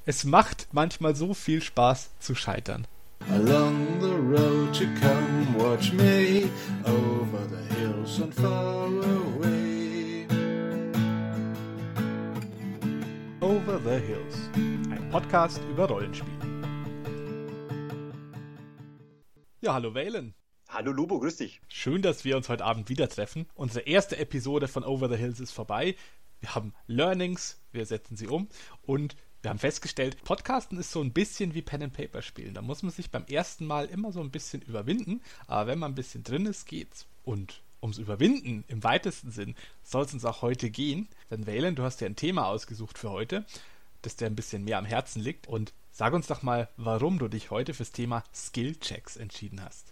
Es macht manchmal so viel Spaß zu scheitern. Along the road you come, watch me, over the hills and far away. Over the Hills, ein Podcast über Rollenspiel. Ja, hallo Valen. Hallo Lubo, grüß dich. Schön, dass wir uns heute Abend wieder treffen. Unsere erste Episode von Over the Hills ist vorbei. Wir haben Learnings, wir setzen sie um und wir haben festgestellt, Podcasten ist so ein bisschen wie Pen and Paper spielen. Da muss man sich beim ersten Mal immer so ein bisschen überwinden, aber wenn man ein bisschen drin ist, geht's. Und ums Überwinden im weitesten Sinn soll es uns auch heute gehen. Denn Valen, du hast ja ein Thema ausgesucht für heute, das dir ein bisschen mehr am Herzen liegt. Und sag uns doch mal, warum du dich heute fürs Thema Skill-Checks entschieden hast.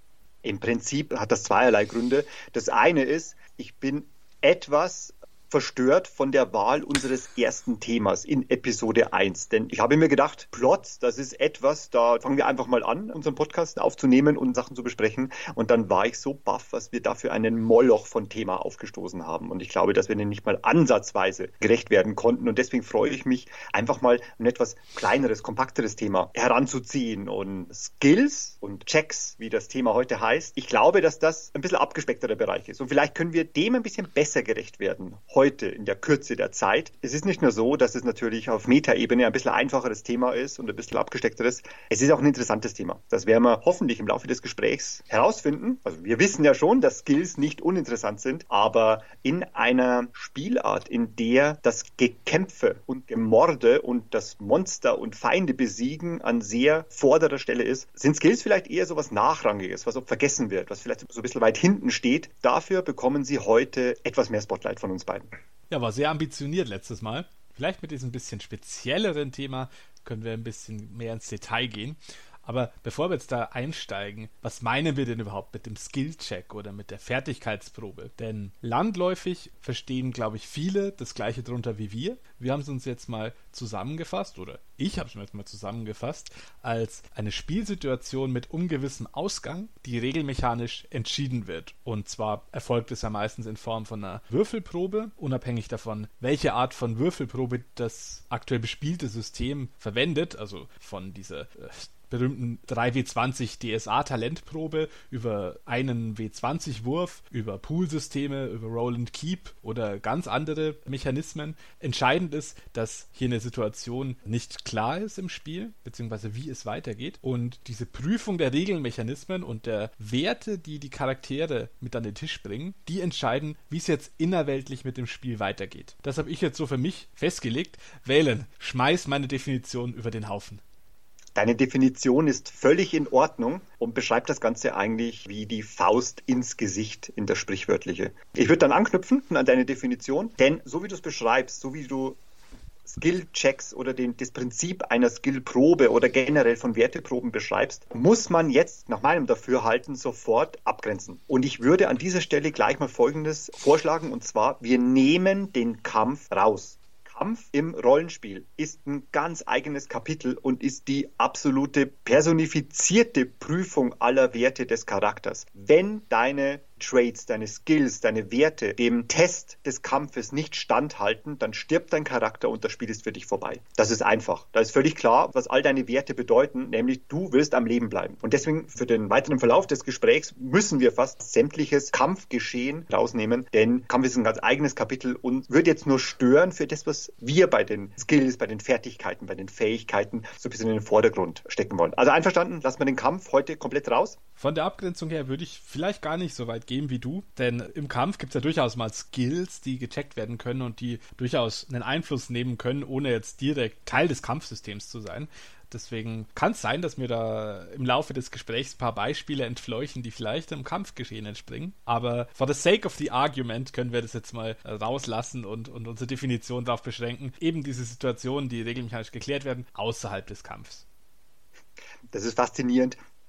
Im Prinzip hat das zweierlei Gründe. Das eine ist, ich bin etwas verstört von der Wahl unseres ersten Themas in Episode 1. Denn ich habe mir gedacht, Plots, das ist etwas, da fangen wir einfach mal an, unseren Podcast aufzunehmen und Sachen zu besprechen. Und dann war ich so baff, was wir da für einen Moloch von Thema aufgestoßen haben. Und ich glaube, dass wir denen nicht mal ansatzweise gerecht werden konnten. Und deswegen freue ich mich, einfach mal ein etwas kleineres, kompakteres Thema heranzuziehen. Und Skills und Checks, wie das Thema heute heißt, ich glaube, dass das ein bisschen abgespeckterer Bereich ist. Und vielleicht können wir dem ein bisschen besser gerecht werden heute in der Kürze der Zeit. Es ist nicht nur so, dass es natürlich auf Metaebene ein bisschen einfacheres Thema ist und ein bisschen abgesteckteres. Es ist auch ein interessantes Thema. Das werden wir hoffentlich im Laufe des Gesprächs herausfinden. Also wir wissen ja schon, dass Skills nicht uninteressant sind, aber in einer Spielart, in der das Gekämpfe und Gemorde und das Monster und Feinde besiegen an sehr vorderer Stelle ist, sind Skills vielleicht eher so was Nachrangiges, was vergessen wird, was vielleicht so ein bisschen weit hinten steht. Dafür bekommen Sie heute etwas mehr Spotlight von uns beiden. Ja, war sehr ambitioniert letztes Mal. Vielleicht mit diesem bisschen spezielleren Thema können wir ein bisschen mehr ins Detail gehen. Aber bevor wir jetzt da einsteigen, was meinen wir denn überhaupt mit dem Skill-Check oder mit der Fertigkeitsprobe? Denn landläufig verstehen, glaube ich, viele das Gleiche drunter wie wir. Wir haben es uns jetzt mal zusammengefasst, oder ich habe es mir jetzt mal zusammengefasst, als eine Spielsituation mit ungewissem Ausgang, die regelmechanisch entschieden wird. Und zwar erfolgt es ja meistens in Form von einer Würfelprobe, unabhängig davon, welche Art von Würfelprobe das aktuell bespielte System verwendet, also von dieser berühmten 3W20 DSA-Talentprobe über einen W20-Wurf, über Poolsysteme, über Roll and Keep oder ganz andere Mechanismen. Entscheidend ist, dass hier eine Situation nicht klar ist im Spiel, beziehungsweise wie es weitergeht. Und diese Prüfung der Regelmechanismen und der Werte, die die Charaktere mit an den Tisch bringen, die entscheiden, wie es jetzt innerweltlich mit dem Spiel weitergeht. Das habe ich jetzt so für mich festgelegt. Valen, schmeiß meine Definition über den Haufen. Deine Definition ist völlig in Ordnung und beschreibt das Ganze eigentlich wie die Faust ins Gesicht in das Sprichwörtliche. Ich würde dann anknüpfen an deine Definition, denn so wie du es beschreibst, so wie du Skill-Checks oder das Prinzip einer Skill-Probe oder generell von Werteproben beschreibst, muss man jetzt nach meinem Dafürhalten sofort abgrenzen. Und ich würde an dieser Stelle gleich mal Folgendes vorschlagen, und zwar, wir nehmen den Kampf raus. Kampf im Rollenspiel ist ein ganz eigenes Kapitel und ist die absolute personifizierte Prüfung aller Werte des Charakters. Wenn deine Traits, deine Skills, deine Werte dem Test des Kampfes nicht standhalten, dann stirbt dein Charakter und das Spiel ist für dich vorbei. Das ist einfach. Da ist völlig klar, was all deine Werte bedeuten, nämlich du willst am Leben bleiben. Und deswegen für den weiteren Verlauf des Gesprächs müssen wir fast sämtliches Kampfgeschehen rausnehmen, denn Kampf ist ein ganz eigenes Kapitel und wird jetzt nur stören für das, was wir bei den Skills, bei den Fertigkeiten, bei den Fähigkeiten so ein bisschen in den Vordergrund stecken wollen. Also einverstanden, lassen wir den Kampf heute komplett raus. Von der Abgrenzung her würde ich vielleicht gar nicht so weit gehen wie du, denn im Kampf gibt es ja durchaus mal Skills, die gecheckt werden können und die durchaus einen Einfluss nehmen können, ohne jetzt direkt Teil des Kampfsystems zu sein. Deswegen kann es sein, dass mir da im Laufe des Gesprächs ein paar Beispiele entfleuchen, die vielleicht im Kampfgeschehen entspringen. Aber for the sake of the argument können wir das jetzt mal rauslassen und unsere Definition darauf beschränken. Eben diese Situationen, die regelmechanisch geklärt werden, außerhalb des Kampfs. Das ist faszinierend.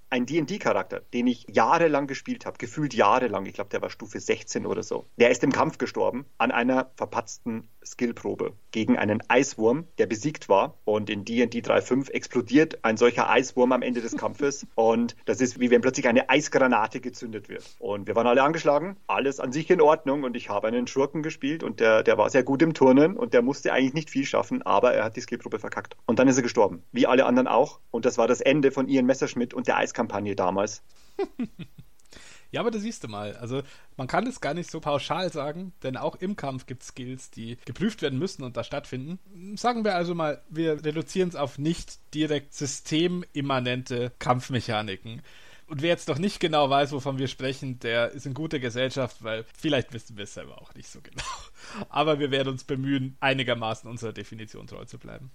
ein D&D-Charakter, den ich jahrelang gespielt habe, gefühlt jahrelang, ich glaube, der war Stufe 16 oder so, der ist im Kampf gestorben an einer verpatzten Skillprobe gegen einen Eiswurm, der besiegt war. Und in D&D 3.5 explodiert ein solcher Eiswurm am Ende des Kampfes. Und das ist, wie wenn plötzlich eine Eisgranate gezündet wird. Und wir waren alle angeschlagen, alles an sich in Ordnung. Und ich habe einen Schurken gespielt und der war sehr gut im Turnen und der musste eigentlich nicht viel schaffen, aber er hat die Skillprobe verkackt. Und dann ist er gestorben, wie alle anderen auch. Und das war das Ende von Ian Messerschmidt und der Eiskampagne damals. Ja, aber das siehst du mal. Also man kann es gar nicht so pauschal sagen, denn auch im Kampf gibt es Skills, die geprüft werden müssen und da stattfinden. Sagen wir also mal, wir reduzieren es auf nicht direkt systemimmanente Kampfmechaniken. Und wer jetzt noch nicht genau weiß, wovon wir sprechen, der ist in guter Gesellschaft, weil vielleicht wissen wir es selber auch nicht so genau. Aber wir werden uns bemühen, einigermaßen unserer Definition treu zu bleiben.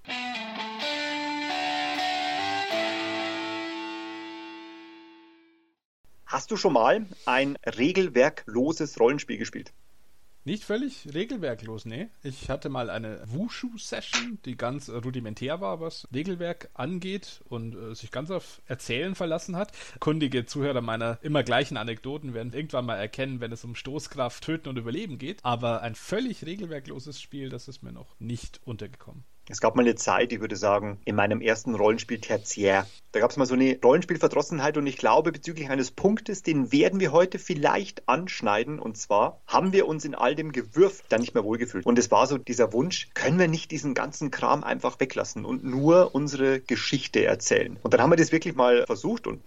Hast du schon mal ein regelwerkloses Rollenspiel gespielt? Nicht völlig regelwerklos, nee. Ich hatte mal eine Wushu-Session, die ganz rudimentär war, was Regelwerk angeht und sich ganz auf Erzählen verlassen hat. Kundige Zuhörer meiner immer gleichen Anekdoten werden irgendwann mal erkennen, wenn es um Stoßkraft, Töten und Überleben geht. Aber ein völlig regelwerkloses Spiel, das ist mir noch nicht untergekommen. Es gab mal eine Zeit, ich würde sagen, in meinem ersten Rollenspiel Tertiär. Da gab es mal so eine Rollenspielverdrossenheit und ich glaube, bezüglich eines Punktes, den werden wir heute vielleicht anschneiden. Und zwar haben wir uns in all dem Gewürf dann nicht mehr wohlgefühlt. Und es war so dieser Wunsch, können wir nicht diesen ganzen Kram einfach weglassen und nur unsere Geschichte erzählen? Und dann haben wir das wirklich mal versucht und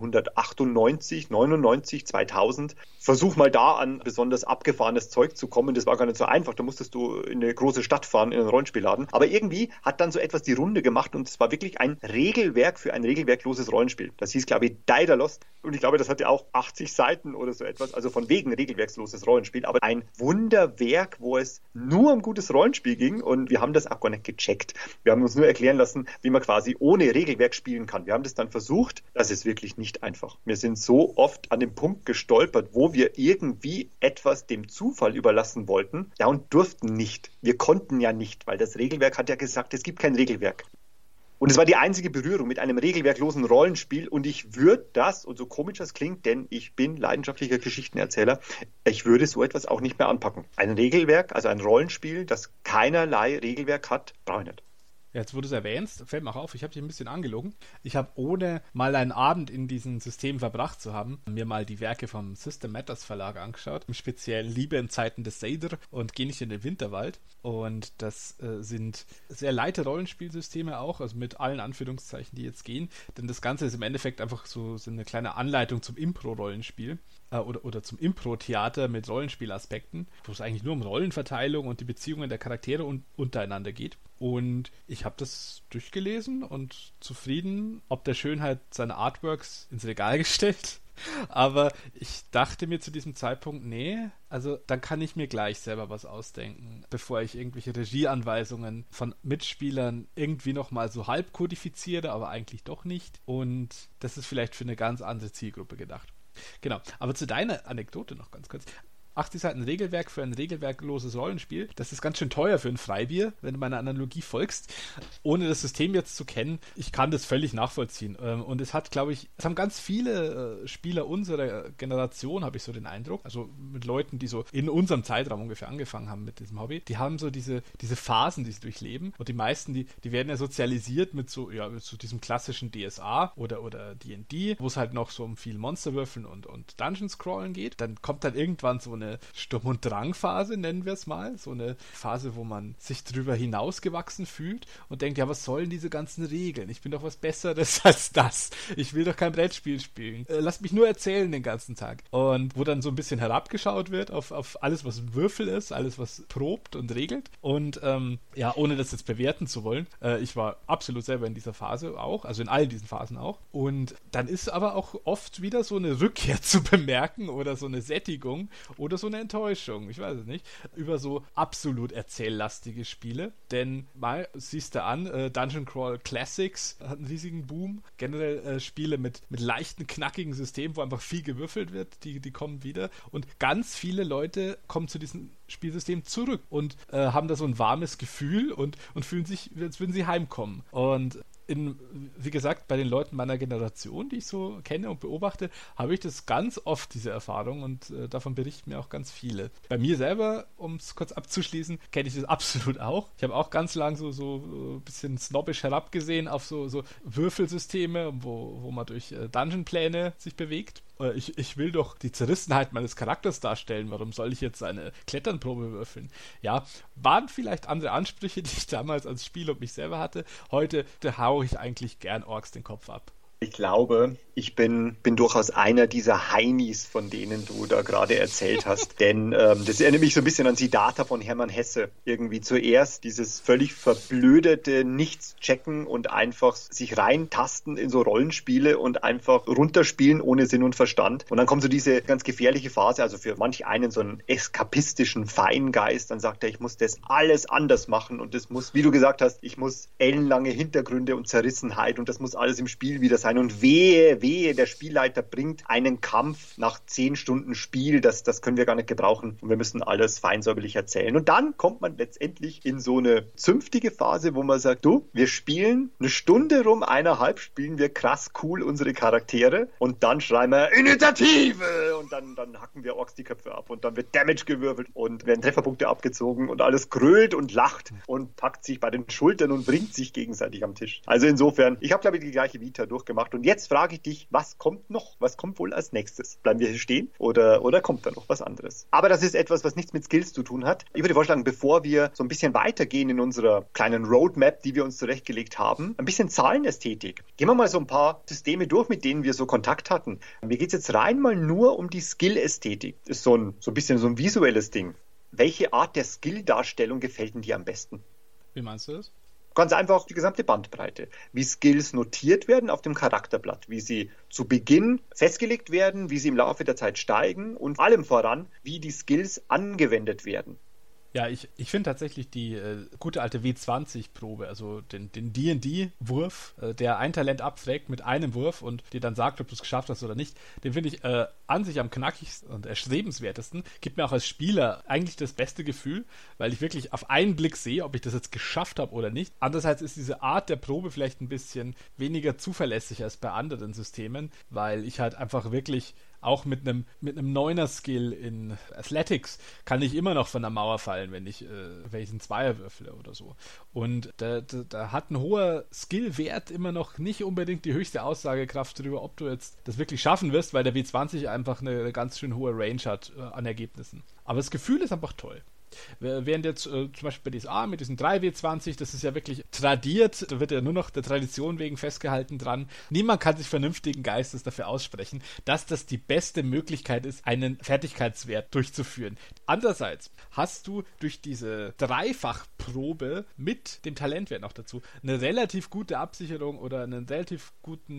1998, 99, 2000, versuch mal da an besonders abgefahrenes Zeug zu kommen. Das war gar nicht so einfach. Da musstest du in eine große Stadt fahren, in einen Rollenspielladen. Aber irgendwie hat dann so etwas die Runde gemacht und es war wirklich ein Regelwerk für ein regelwerkloses Rollenspiel. Das hieß, glaube ich, Daedalus und ich glaube, das hatte auch 80 Seiten oder so etwas, also von wegen regelwerksloses Rollenspiel, aber ein Wunderwerk, wo es nur um gutes Rollenspiel ging und wir haben das auch gar nicht gecheckt. Wir haben uns nur erklären lassen, wie man quasi ohne Regelwerk spielen kann. Wir haben das dann versucht, das ist wirklich nicht einfach. Wir sind so oft an dem Punkt gestolpert, wo wir irgendwie etwas dem Zufall überlassen wollten, ja, und durften nicht. Wir konnten ja nicht, weil das Regelwerk hat ja gesagt, es gibt kein Regelwerk. Und es war die einzige Berührung mit einem regelwerklosen Rollenspiel und ich würde das, und so komisch das klingt, denn ich bin leidenschaftlicher Geschichtenerzähler, ich würde so etwas auch nicht mehr anpacken. Ein Regelwerk, also ein Rollenspiel, das keinerlei Regelwerk hat, brauche ich nicht. Ja, jetzt, wo du es erwähnst, fällt mir auch auf, ich habe dich ein bisschen angelogen. Ich habe, ohne mal einen Abend in diesem System verbracht zu haben, mir mal die Werke vom System Matters Verlag angeschaut, im speziellen Liebe in Zeiten des Seder und Geh nicht in den Winterwald. Und das sind sehr leite Rollenspielsysteme auch, also mit allen Anführungszeichen, die jetzt gehen. Denn das Ganze ist im Endeffekt einfach so eine kleine Anleitung zum Impro-Rollenspiel. Oder zum Impro-Theater mit Rollenspielaspekten, wo es eigentlich nur um Rollenverteilung und die Beziehungen der Charaktere untereinander geht. Und ich habe das durchgelesen und zufrieden, ob der Schönheit seiner Artworks ins Regal gestellt. Aber ich dachte mir zu diesem Zeitpunkt, nee, also dann kann ich mir gleich selber was ausdenken, bevor ich irgendwelche Regieanweisungen von Mitspielern irgendwie nochmal so halb kodifiziere, aber eigentlich doch nicht. Und das ist vielleicht für eine ganz andere Zielgruppe gedacht. Genau, aber zu deiner Anekdote noch ganz kurz. 80 Seiten Regelwerk für ein regelwerkloses Rollenspiel, das ist ganz schön teuer für ein Freibier, wenn du meiner Analogie folgst, ohne das System jetzt zu kennen. Ich kann das völlig nachvollziehen. Und es hat, glaube ich, es haben ganz viele Spieler unserer Generation, habe ich so den Eindruck, also mit Leuten, die so in unserem Zeitraum ungefähr angefangen haben mit diesem Hobby, die haben so diese Phasen, die sie durchleben. Und die meisten, die werden ja sozialisiert mit so diesem klassischen DSA oder D&D, wo es halt noch so um viel Monsterwürfeln und Dungeon Scrollen geht. Dann kommt dann irgendwann so eine Sturm- und Drang-Phase, nennen wir es mal. So eine Phase, wo man sich drüber hinausgewachsen fühlt und denkt, ja, was sollen diese ganzen Regeln? Ich bin doch was Besseres als das. Ich will doch kein Brettspiel spielen. Lass mich nur erzählen den ganzen Tag. Und wo dann so ein bisschen herabgeschaut wird auf alles, was Würfel ist, alles, was probt und regelt. Und ohne das jetzt bewerten zu wollen, ich war absolut selber in dieser Phase auch, also in all diesen Phasen auch. Und dann ist aber auch oft wieder so eine Rückkehr zu bemerken oder so eine Sättigung oder so eine Enttäuschung, ich weiß es nicht, über so absolut erzähllastige Spiele. Denn mal siehst du an, Dungeon Crawl Classics hat einen riesigen Boom. Generell Spiele mit leichten, knackigen Systemen, wo einfach viel gewürfelt wird, die kommen wieder. Und ganz viele Leute kommen zu diesem Spielsystem zurück und haben da so ein warmes Gefühl und fühlen sich, als würden sie heimkommen. Und wie gesagt, bei den Leuten meiner Generation, die ich so kenne und beobachte, habe ich das ganz oft, diese Erfahrung, und davon berichten mir auch ganz viele. Bei mir selber, um es kurz abzuschließen, kenne ich das absolut auch. Ich habe auch ganz lang so ein bisschen snobbisch herabgesehen auf so Würfelsysteme, wo man durch Dungeonpläne sich bewegt. Ich will doch die Zerrissenheit meines Charakters darstellen. Warum soll ich jetzt eine Kletternprobe würfeln? Ja, waren vielleicht andere Ansprüche, die ich damals als Spiel und mich selber hatte. Heute haue ich eigentlich gern Orks den Kopf ab. Ich glaube, ich bin durchaus einer dieser Heinis, von denen du da gerade erzählt hast. Denn das erinnert mich so ein bisschen an Siddhartha von Hermann Hesse. Irgendwie zuerst dieses völlig verblödete Nichts-Checken und einfach sich reintasten in so Rollenspiele und einfach runterspielen ohne Sinn und Verstand. Und dann kommt so diese ganz gefährliche Phase, also für manch einen so einen eskapistischen Feingeist. Dann sagt er, ich muss das alles anders machen und das muss, wie du gesagt hast, ich muss ellenlange Hintergründe und Zerrissenheit und das muss alles im Spiel wieder sein. Und wehe, der Spielleiter bringt einen Kampf nach 10 Stunden Spiel, das können wir gar nicht gebrauchen und wir müssen alles feinsäuberlich erzählen. Und dann kommt man letztendlich in so eine zünftige Phase, wo man sagt, du, wir spielen eine Stunde rum, 1,5 spielen wir krass cool unsere Charaktere und dann schreien wir Initiative und dann hacken wir Orks die Köpfe ab und dann wird Damage gewürfelt und werden Trefferpunkte abgezogen und alles grölt und lacht und packt sich bei den Schultern und bringt sich gegenseitig am Tisch. Also insofern, ich habe glaube ich die gleiche Vita durchgemacht. Und jetzt frage ich dich, was kommt noch? Was kommt wohl als nächstes? Bleiben wir hier stehen oder kommt da noch was anderes? Aber das ist etwas, was nichts mit Skills zu tun hat. Ich würde vorschlagen, bevor wir so ein bisschen weitergehen in unserer kleinen Roadmap, die wir uns zurechtgelegt haben, ein bisschen Zahlenästhetik. Gehen wir mal so ein paar Systeme durch, mit denen wir so Kontakt hatten. Mir geht es jetzt rein mal nur um die Skill-Ästhetik. Das ist so ein bisschen so ein visuelles Ding. Welche Art der Skill-Darstellung gefällt denn dir am besten? Wie meinst du das? Ganz einfach die gesamte Bandbreite. Wie Skills notiert werden auf dem Charakterblatt, wie sie zu Beginn festgelegt werden, wie sie im Laufe der Zeit steigen und allem voran, wie die Skills angewendet werden. Ja, ich finde tatsächlich die gute alte W20-Probe, also den D&D-Wurf, der ein Talent abfragt mit einem Wurf und dir dann sagt, ob du es geschafft hast oder nicht, den finde ich an sich am knackigsten und erstrebenswertesten. Gibt mir auch als Spieler eigentlich das beste Gefühl, weil ich wirklich auf einen Blick sehe, ob ich das jetzt geschafft habe oder nicht. Andererseits ist diese Art der Probe vielleicht ein bisschen weniger zuverlässig als bei anderen Systemen, weil ich halt einfach wirklich auch mit einem 9er-Skill in Athletics kann ich immer noch von der Mauer fallen, wenn ich einen Zweier würfle oder so. Und da hat ein hoher Skillwert immer noch nicht unbedingt die höchste Aussagekraft darüber, ob du jetzt das wirklich schaffen wirst, weil der W20 einfach eine ganz schön hohe Range hat an Ergebnissen. Aber das Gefühl ist einfach toll. Während jetzt zum Beispiel bei DSA mit diesen 3W20, das ist ja wirklich tradiert, da wird ja nur noch der Tradition wegen festgehalten dran. Niemand kann sich vernünftigen Geistes dafür aussprechen, dass das die beste Möglichkeit ist, einen Fertigkeitswert durchzuführen. Andererseits hast du durch diese Dreifachprobe mit dem Talentwert noch dazu eine relativ gute Absicherung oder eine relativ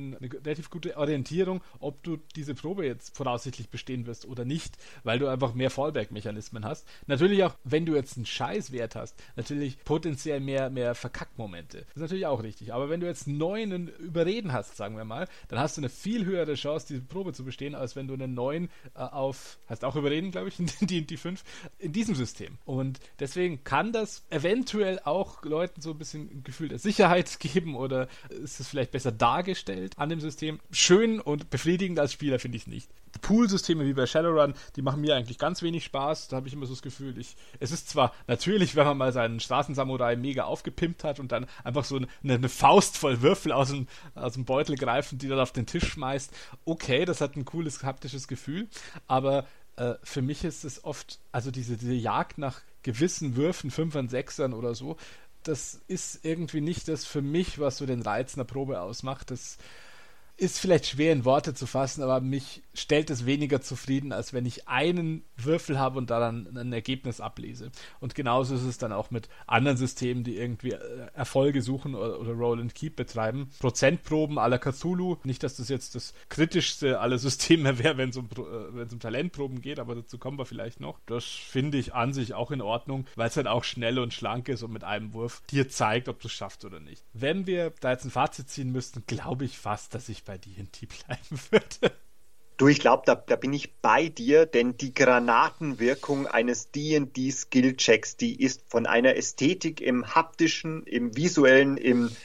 gute Orientierung, ob du diese Probe jetzt voraussichtlich bestehen wirst oder nicht, weil du einfach mehr Fallback-Mechanismen hast. Natürlich auch, wenn du jetzt einen Scheißwert hast, natürlich potenziell mehr Verkackmomente. Das ist natürlich auch richtig. Aber wenn du jetzt 9 Überreden hast, sagen wir mal, dann hast du eine viel höhere Chance, diese Probe zu bestehen, als wenn du eine 9 hast auch Überreden, glaube ich, in D&D 5, in diesem System. Und deswegen kann das eventuell auch Leuten so ein bisschen ein Gefühl der Sicherheit geben oder ist es vielleicht besser dargestellt an dem System. Schön und befriedigend als Spieler finde ich es nicht. Pool-Systeme wie bei Shadowrun, die machen mir eigentlich ganz wenig Spaß. Da habe ich immer so das Gefühl, es ist zwar natürlich, wenn man mal seinen Straßensamurai mega aufgepimpt hat und dann einfach so eine Faust voll Würfel aus dem Beutel greift und die dann auf den Tisch schmeißt. Okay, das hat ein cooles haptisches Gefühl, aber für mich ist es oft, also diese Jagd nach gewissen Würfen, 5ern, 6ern oder so, das ist irgendwie nicht das für mich, was so den Reiz einer Probe ausmacht. Das ist vielleicht schwer in Worte zu fassen, aber mich stellt es weniger zufrieden, als wenn ich einen Würfel habe und daran ein Ergebnis ablese. Und genauso ist es dann auch mit anderen Systemen, die irgendwie Erfolge suchen oder Roll and Keep betreiben. Prozentproben à la Cthulhu, nicht, dass das jetzt das kritischste aller Systeme wäre, wenn es um Talentproben geht, aber dazu kommen wir vielleicht noch. Das finde ich an sich auch in Ordnung, weil es halt auch schnell und schlank ist und mit einem Wurf dir zeigt, ob du es schaffst oder nicht. Wenn wir da jetzt ein Fazit ziehen müssten, glaube ich fast, dass ich bei D&D bleiben würde. Du, ich glaube, da bin ich bei dir, denn die Granatenwirkung eines D&D-Skill-Checks, die ist von einer Ästhetik im haptischen, im visuellen, im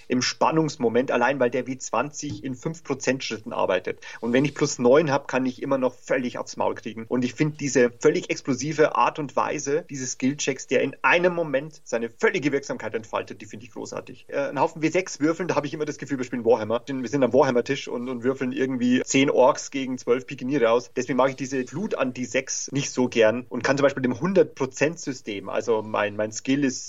im Spannungsmoment, allein weil der W20 in 5% Schritten arbeitet. Und wenn ich +9 habe, kann ich immer noch völlig aufs Maul kriegen. Und ich finde diese völlig explosive Art und Weise dieses Skillchecks, der in einem Moment seine völlige Wirksamkeit entfaltet, die finde ich großartig. Ein Haufen W6 würfeln, da habe ich immer das Gefühl, wir spielen Warhammer. Wir sind am Warhammer-Tisch und würfeln irgendwie 10 Orks gegen 12 Pikiniere aus. Deswegen mag ich diese Flut an D6 nicht so gern und kann zum Beispiel dem 100%-System, also mein Skill ist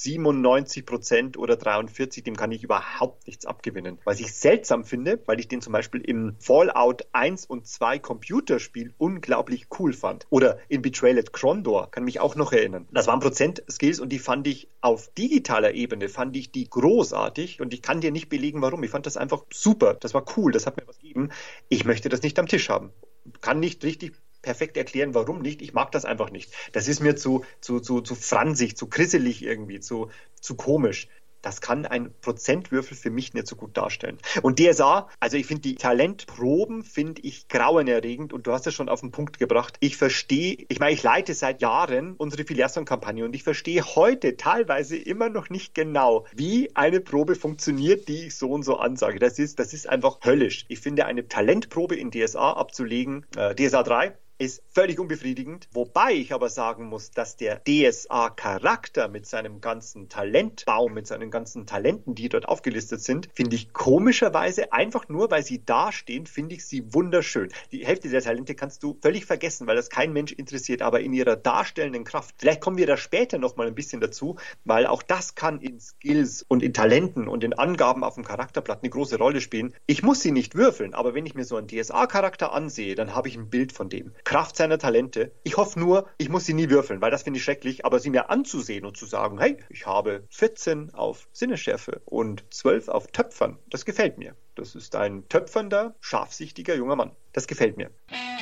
97% oder 43%, dem kann ich überhaupt nichts abgewinnen. Was ich seltsam finde, weil ich den zum Beispiel im Fallout 1 und 2 Computerspiel unglaublich cool fand. Oder in Betrayal at Krondor, kann mich auch noch erinnern. Das waren Prozent-Skills und die fand ich auf digitaler Ebene, fand ich die großartig und ich kann dir nicht belegen, warum. Ich fand das einfach super. Das war cool, das hat mir was gegeben. Ich möchte das nicht am Tisch haben. Kann nicht richtig perfekt erklären, warum nicht. Ich mag das einfach nicht. Das ist mir zu fransig, zu krisselig irgendwie, zu komisch. Das kann ein Prozentwürfel für mich nicht so gut darstellen. Und DSA, also ich finde die Talentproben, finde ich grauenerregend und du hast es schon auf den Punkt gebracht. Ich leite seit Jahren unsere Filiation-Kampagne und ich verstehe heute teilweise immer noch nicht genau, wie eine Probe funktioniert, die ich so und so ansage. Das ist einfach höllisch. Ich finde, eine Talentprobe in DSA abzulegen, DSA 3, ist völlig unbefriedigend, wobei ich aber sagen muss, dass der DSA-Charakter mit seinem ganzen Talentbaum, mit seinen ganzen Talenten, die dort aufgelistet sind, finde ich komischerweise, einfach nur, weil sie dastehen, finde ich sie wunderschön. Die Hälfte der Talente kannst du völlig vergessen, weil das kein Mensch interessiert, aber in ihrer darstellenden Kraft, vielleicht kommen wir da später noch mal ein bisschen dazu, weil auch das kann in Skills und in Talenten und in Angaben auf dem Charakterblatt eine große Rolle spielen. Ich muss sie nicht würfeln, aber wenn ich mir so einen DSA-Charakter ansehe, dann habe ich ein Bild von dem. Kraft seiner Talente. Ich hoffe nur, ich muss sie nie würfeln, weil das finde ich schrecklich, aber sie mir anzusehen und zu sagen, hey, ich habe 14 auf Sinnesschärfe und 12 auf Töpfern, das gefällt mir. Das ist ein töpfernder, scharfsichtiger junger Mann. Das gefällt mir.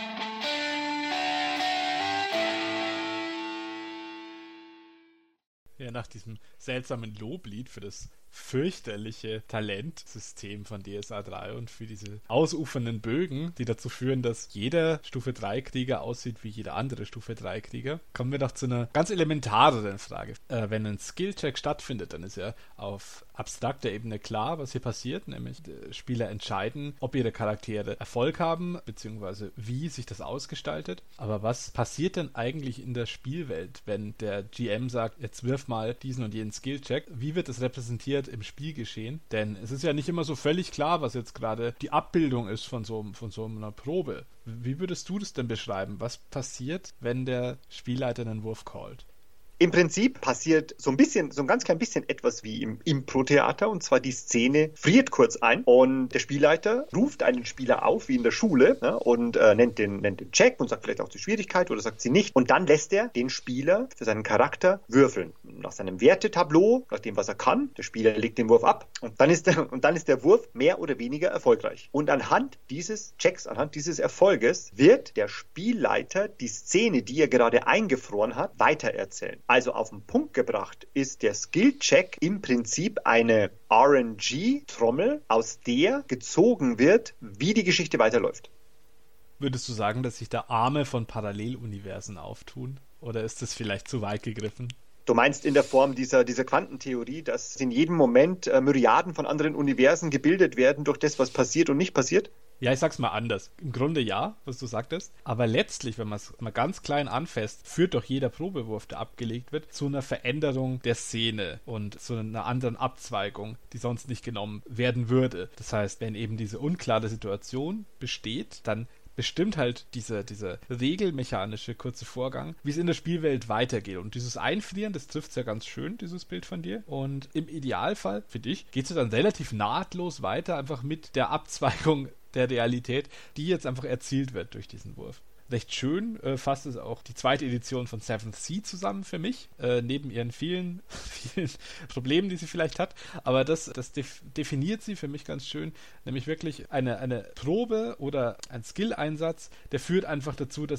Ja, nach diesem seltsamen Loblied für das fürchterliche Talentsystem von DSA 3 und für diese ausufernden Bögen, die dazu führen, dass jeder Stufe 3 Krieger aussieht wie jeder andere Stufe 3 Krieger, kommen wir doch zu einer ganz elementareren Frage. Wenn ein Skillcheck stattfindet, dann ist ja auf abstrakter Ebene klar, was hier passiert, nämlich die Spieler entscheiden, ob ihre Charaktere Erfolg haben, beziehungsweise wie sich das ausgestaltet. Aber was passiert denn eigentlich in der Spielwelt, wenn der GM sagt, jetzt wirf mal diesen und jenen Skillcheck? Wie wird das repräsentiert im Spielgeschehen? Denn es ist ja nicht immer so völlig klar, was jetzt gerade die Abbildung ist von so einer Probe. Wie würdest du das denn beschreiben? Was passiert, wenn der Spielleiter einen Wurf callt? Im Prinzip passiert so ein ganz klein bisschen etwas wie im Impro-Theater, und zwar die Szene friert kurz ein und der Spielleiter ruft einen Spieler auf, wie in der Schule, ne, und nennt den Check und sagt vielleicht auch die Schwierigkeit oder sagt sie nicht, und dann lässt er den Spieler für seinen Charakter würfeln. Nach seinem Wertetableau, nach dem, was er kann, der Spieler legt den Wurf ab und dann ist der Wurf mehr oder weniger erfolgreich. Und anhand dieses Checks, anhand dieses Erfolges wird der Spielleiter die Szene, die er gerade eingefroren hat, weitererzählen. Also auf den Punkt gebracht ist der Skill-Check im Prinzip eine RNG-Trommel, aus der gezogen wird, wie die Geschichte weiterläuft. Würdest du sagen, dass sich da Arme von Paralleluniversen auftun? Oder ist das vielleicht zu weit gegriffen? Du meinst in der Form dieser Quantentheorie, dass in jedem Moment Myriaden von anderen Universen gebildet werden durch das, was passiert und nicht passiert? Ja, ich sag's mal anders. Im Grunde ja, was du sagtest. Aber letztlich, wenn man es mal ganz klein anfasst, führt doch jeder Probewurf, der abgelegt wird, zu einer Veränderung der Szene und zu einer anderen Abzweigung, die sonst nicht genommen werden würde. Das heißt, wenn eben diese unklare Situation besteht, dann bestimmt halt dieser regelmechanische kurze Vorgang, wie es in der Spielwelt weitergeht. Und dieses Einfrieren, das trifft es ja ganz schön, dieses Bild von dir. Und im Idealfall, finde ich, geht es dann relativ nahtlos weiter, einfach mit der Abzweigung der Realität, die jetzt einfach erzielt wird durch diesen Wurf. Recht schön fasst es auch die zweite Edition von Seventh Sea zusammen für mich, neben ihren vielen Problemen, die sie vielleicht hat, aber das definiert sie für mich ganz schön, nämlich wirklich eine Probe oder ein Skill-Einsatz, der führt einfach dazu, dass sich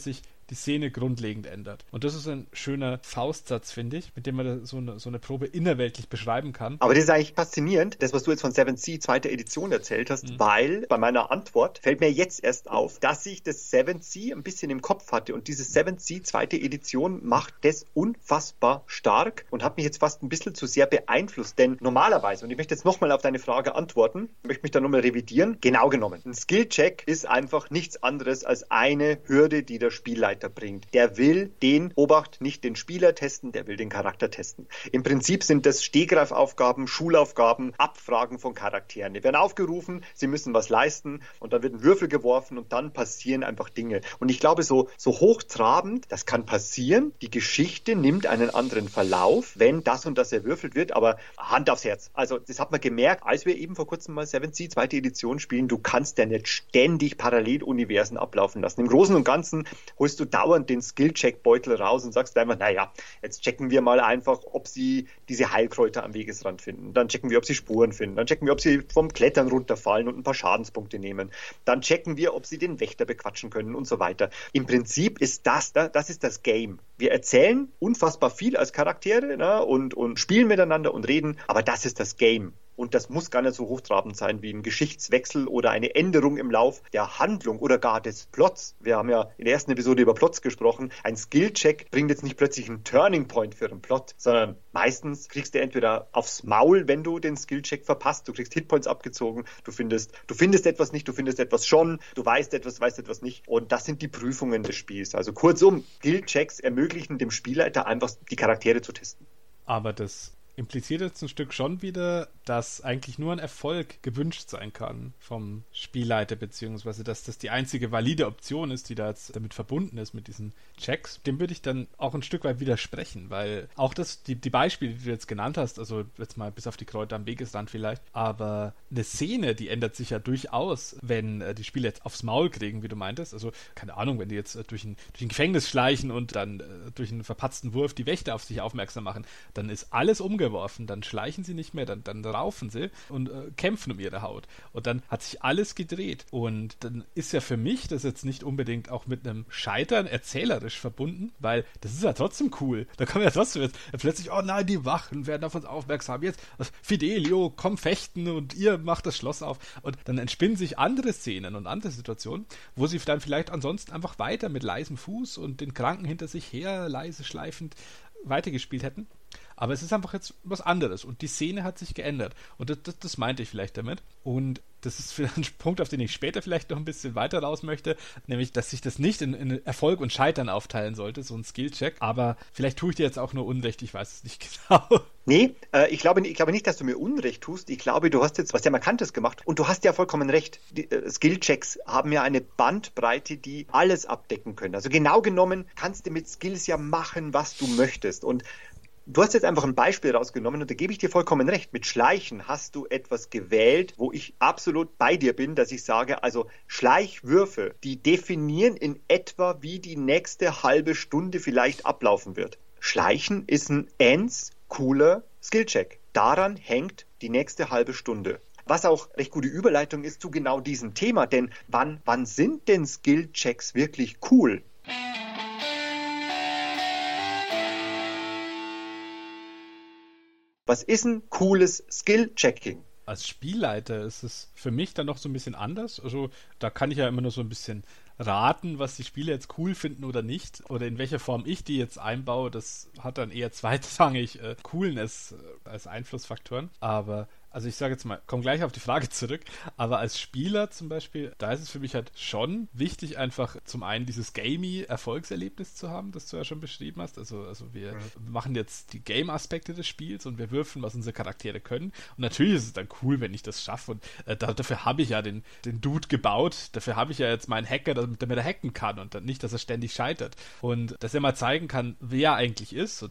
die Szene grundlegend ändert. Und das ist ein schöner Faustsatz, finde ich, mit dem man so eine Probe innerweltlich beschreiben kann. Aber das ist eigentlich faszinierend, das, was du jetzt von 7th zweite Edition erzählt hast, weil bei meiner Antwort fällt mir jetzt erst auf, dass ich das 7th ein bisschen im Kopf hatte und diese 7th zweite Edition macht das unfassbar stark und hat mich jetzt fast ein bisschen zu sehr beeinflusst, denn normalerweise, und ich möchte jetzt nochmal auf deine Frage antworten, möchte mich da nochmal revidieren, genau genommen, ein Skill-Check ist einfach nichts anderes als eine Hürde, die der Spielleiter bringt. Der will nicht den Spieler testen, der will den Charakter testen. Im Prinzip sind das Stehgreifaufgaben, Schulaufgaben, Abfragen von Charakteren. Die werden aufgerufen, sie müssen was leisten und dann wird ein Würfel geworfen und dann passieren einfach Dinge. Und ich glaube, so hochtrabend, das kann passieren. Die Geschichte nimmt einen anderen Verlauf, wenn das und das erwürfelt wird, aber Hand aufs Herz. Also das hat man gemerkt, als wir eben vor kurzem mal 7th zweite Edition spielen, du kannst ja nicht ständig Paralleluniversen ablaufen lassen. Im Großen und Ganzen holst du dauernd den Skill-Check-Beutel raus und sagst einfach, naja, jetzt checken wir mal einfach, ob sie diese Heilkräuter am Wegesrand finden. Dann checken wir, ob sie Spuren finden. Dann checken wir, ob sie vom Klettern runterfallen und ein paar Schadenspunkte nehmen. Dann checken wir, ob sie den Wächter bequatschen können und so weiter. Im Prinzip ist das ist das Game. Wir erzählen unfassbar viel als Charaktere, ne, und spielen miteinander und reden, aber das ist das Game. Und das muss gar nicht so hochtrabend sein wie ein Geschichtswechsel oder eine Änderung im Lauf der Handlung oder gar des Plots. Wir haben ja in der ersten Episode über Plots gesprochen. Ein Skill-Check bringt jetzt nicht plötzlich einen Turning Point für einen Plot, sondern meistens kriegst du entweder aufs Maul, wenn du den Skill-Check verpasst, du kriegst Hitpoints abgezogen, du findest etwas nicht, du findest etwas schon, du weißt etwas nicht. Und das sind die Prüfungen des Spiels. Also kurzum, Skill-Checks ermöglichen dem Spielleiter einfach die Charaktere zu testen. Aber das impliziert jetzt ein Stück schon wieder, dass eigentlich nur ein Erfolg gewünscht sein kann vom Spielleiter, beziehungsweise dass das die einzige valide Option ist, die da jetzt damit verbunden ist, mit diesen Checks. Dem würde ich dann auch ein Stück weit widersprechen, weil auch die Beispiele, die du jetzt genannt hast, also jetzt mal bis auf die Kräuter am Wegesrand vielleicht, aber eine Szene, die ändert sich ja durchaus, wenn die Spieler jetzt aufs Maul kriegen, wie du meintest. Also, keine Ahnung, wenn die jetzt durch ein Gefängnis schleichen und dann durch einen verpatzten Wurf die Wächter auf sich aufmerksam machen, dann ist alles umgeworfen, dann schleichen sie nicht mehr, dann raufen sie und kämpfen um ihre Haut. Und dann hat sich alles gedreht. Und dann ist ja für mich das jetzt nicht unbedingt auch mit einem Scheitern erzählerisch verbunden, weil das ist ja trotzdem cool. Da kann man ja trotzdem jetzt plötzlich, oh nein, die Wachen werden auf uns aufmerksam. Jetzt, Fidelio, komm fechten und ihr macht das Schloss auf. Und dann entspinnen sich andere Szenen und andere Situationen, wo sie dann vielleicht ansonsten einfach weiter mit leisem Fuß und den Kranken hinter sich her, leise schleifend weitergespielt hätten. Aber es ist einfach jetzt was anderes und die Szene hat sich geändert. Und das meinte ich vielleicht damit. Und das ist vielleicht ein Punkt, auf den ich später vielleicht noch ein bisschen weiter raus möchte, nämlich, dass sich das nicht in Erfolg und Scheitern aufteilen sollte, so ein Skillcheck. Aber vielleicht tue ich dir jetzt auch nur Unrecht, ich weiß es nicht genau. Nee, ich glaube nicht, dass du mir Unrecht tust. Ich glaube, du hast jetzt was sehr Markantes gemacht und du hast ja vollkommen recht. Die Skillchecks haben ja eine Bandbreite, die alles abdecken können. Also genau genommen kannst du mit Skills ja machen, was du möchtest. Und du hast jetzt einfach ein Beispiel rausgenommen und da gebe ich dir vollkommen recht. Mit Schleichen hast du etwas gewählt, wo ich absolut bei dir bin, dass ich sage, also Schleichwürfe, die definieren in etwa, wie die nächste halbe Stunde vielleicht ablaufen wird. Schleichen ist ein cooler Skillcheck. Daran hängt die nächste halbe Stunde. Was auch recht gute Überleitung ist zu genau diesem Thema, denn wann sind denn Skillchecks wirklich cool? Was ist ein cooles Skill-Checking? Als Spielleiter ist es für mich dann noch so ein bisschen anders. Also da kann ich ja immer nur so ein bisschen raten, was die Spieler jetzt cool finden oder nicht. Oder in welcher Form ich die jetzt einbaue. Das hat dann eher zweitrangig Coolness als Einflussfaktoren. Aber also ich sage jetzt mal, komme gleich auf die Frage zurück, aber als Spieler zum Beispiel, da ist es für mich halt schon wichtig, einfach zum einen dieses Gamey-Erfolgserlebnis zu haben, das du ja schon beschrieben hast. Also wir machen jetzt die Game-Aspekte des Spiels und wir würfeln, was unsere Charaktere können. Und natürlich ist es dann cool, wenn ich das schaffe. Und dafür habe ich ja den Dude gebaut. Dafür habe ich ja jetzt meinen Hacker, damit er hacken kann und dann nicht, dass er ständig scheitert. Und dass er mal zeigen kann, wer er eigentlich ist, sodass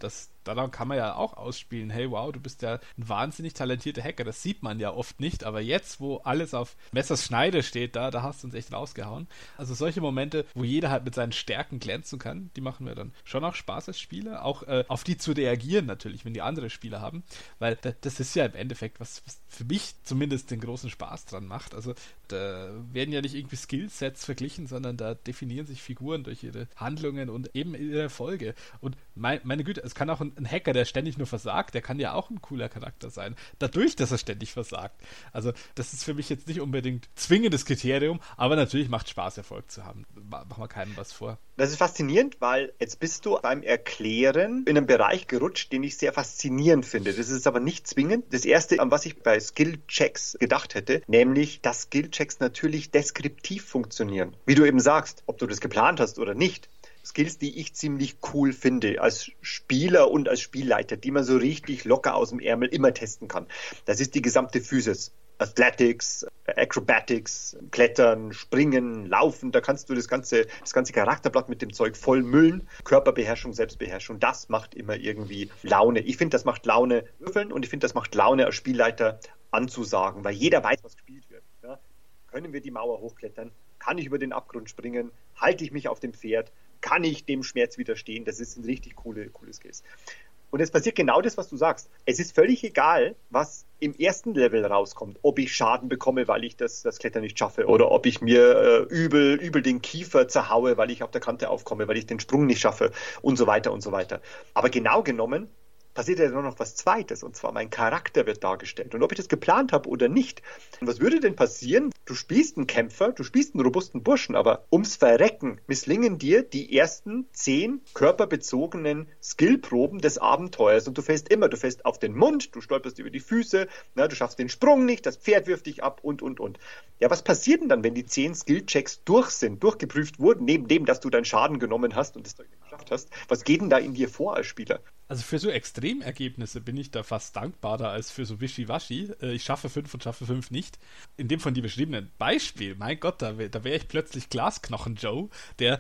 daran kann man ja auch ausspielen, hey wow, du bist ja ein wahnsinnig talentierter Hacker, das sieht man ja oft nicht, aber jetzt, wo alles auf Messers Schneide steht, da hast du uns echt rausgehauen. Also solche Momente, wo jeder halt mit seinen Stärken glänzen kann, die machen mir dann schon auch Spaß als Spieler, auch auf die zu reagieren natürlich, wenn die andere Spieler haben, weil das ist ja im Endeffekt, was für mich zumindest den großen Spaß dran macht. Also da werden ja nicht irgendwie Skillsets verglichen, sondern da definieren sich Figuren durch ihre Handlungen und eben ihre Erfolge. Und meine Güte, es kann auch ein Hacker, der ständig nur versagt, der kann ja auch ein cooler Charakter sein, dadurch, dass er ständig versagt. Also das ist für mich jetzt nicht unbedingt zwingendes Kriterium, aber natürlich macht Spaß, Erfolg zu haben. Machen wir keinem was vor. Das ist faszinierend, weil jetzt bist du beim Erklären in einen Bereich gerutscht, den ich sehr faszinierend finde. Das ist aber nicht zwingend. Das Erste, an was ich bei Skill-Checks gedacht hätte, nämlich, dass Skill-Checks natürlich deskriptiv funktionieren. Wie du eben sagst, ob du das geplant hast oder nicht. Skills, die ich ziemlich cool finde als Spieler und als Spielleiter, die man so richtig locker aus dem Ärmel immer testen kann. Das ist die gesamte Physis. Athletics, Acrobatics, Klettern, Springen, Laufen, da kannst du das ganze Charakterblatt mit dem Zeug voll müllen. Körperbeherrschung, Selbstbeherrschung, das macht immer irgendwie Laune. Ich finde, das macht Laune würfeln und ich finde, das macht Laune als Spielleiter anzusagen, weil jeder weiß, was gespielt wird. Ja? Können wir die Mauer hochklettern? Kann ich über den Abgrund springen? Halte ich mich auf dem Pferd? Kann ich dem Schmerz widerstehen? Das ist ein richtig coole Skills. Und es passiert genau das, was du sagst. Es ist völlig egal, was im ersten Level rauskommt. Ob ich Schaden bekomme, weil ich das Klettern nicht schaffe. Oder ob ich mir übel den Kiefer zerhaue, weil ich auf der Kante aufkomme, weil ich den Sprung nicht schaffe und so weiter und so weiter. Aber genau genommen passiert ja nur noch was Zweites, und zwar mein Charakter wird dargestellt. Und ob ich das geplant habe oder nicht. Und was würde denn passieren? Du spielst einen Kämpfer, du spielst einen robusten Burschen, aber ums Verrecken misslingen dir die ersten 10 körperbezogenen Skillproben des Abenteuers. Und du fällst auf den Mund, du stolperst über die Füße, du schaffst den Sprung nicht, das Pferd wirft dich ab und. Ja, was passiert denn dann, wenn die 10 Skillchecks durchgeprüft wurden, neben dem, dass du deinen Schaden genommen hast und das Zeug nicht geschafft hast? Was geht denn da in dir vor als Spieler? Also für so Extremergebnisse bin ich da fast dankbarer als für so Wischiwaschi. Ich schaffe 5 und schaffe 5 nicht. In dem von dir beschriebenen Beispiel, mein Gott, da wäre ich plötzlich Glasknochen Joe, der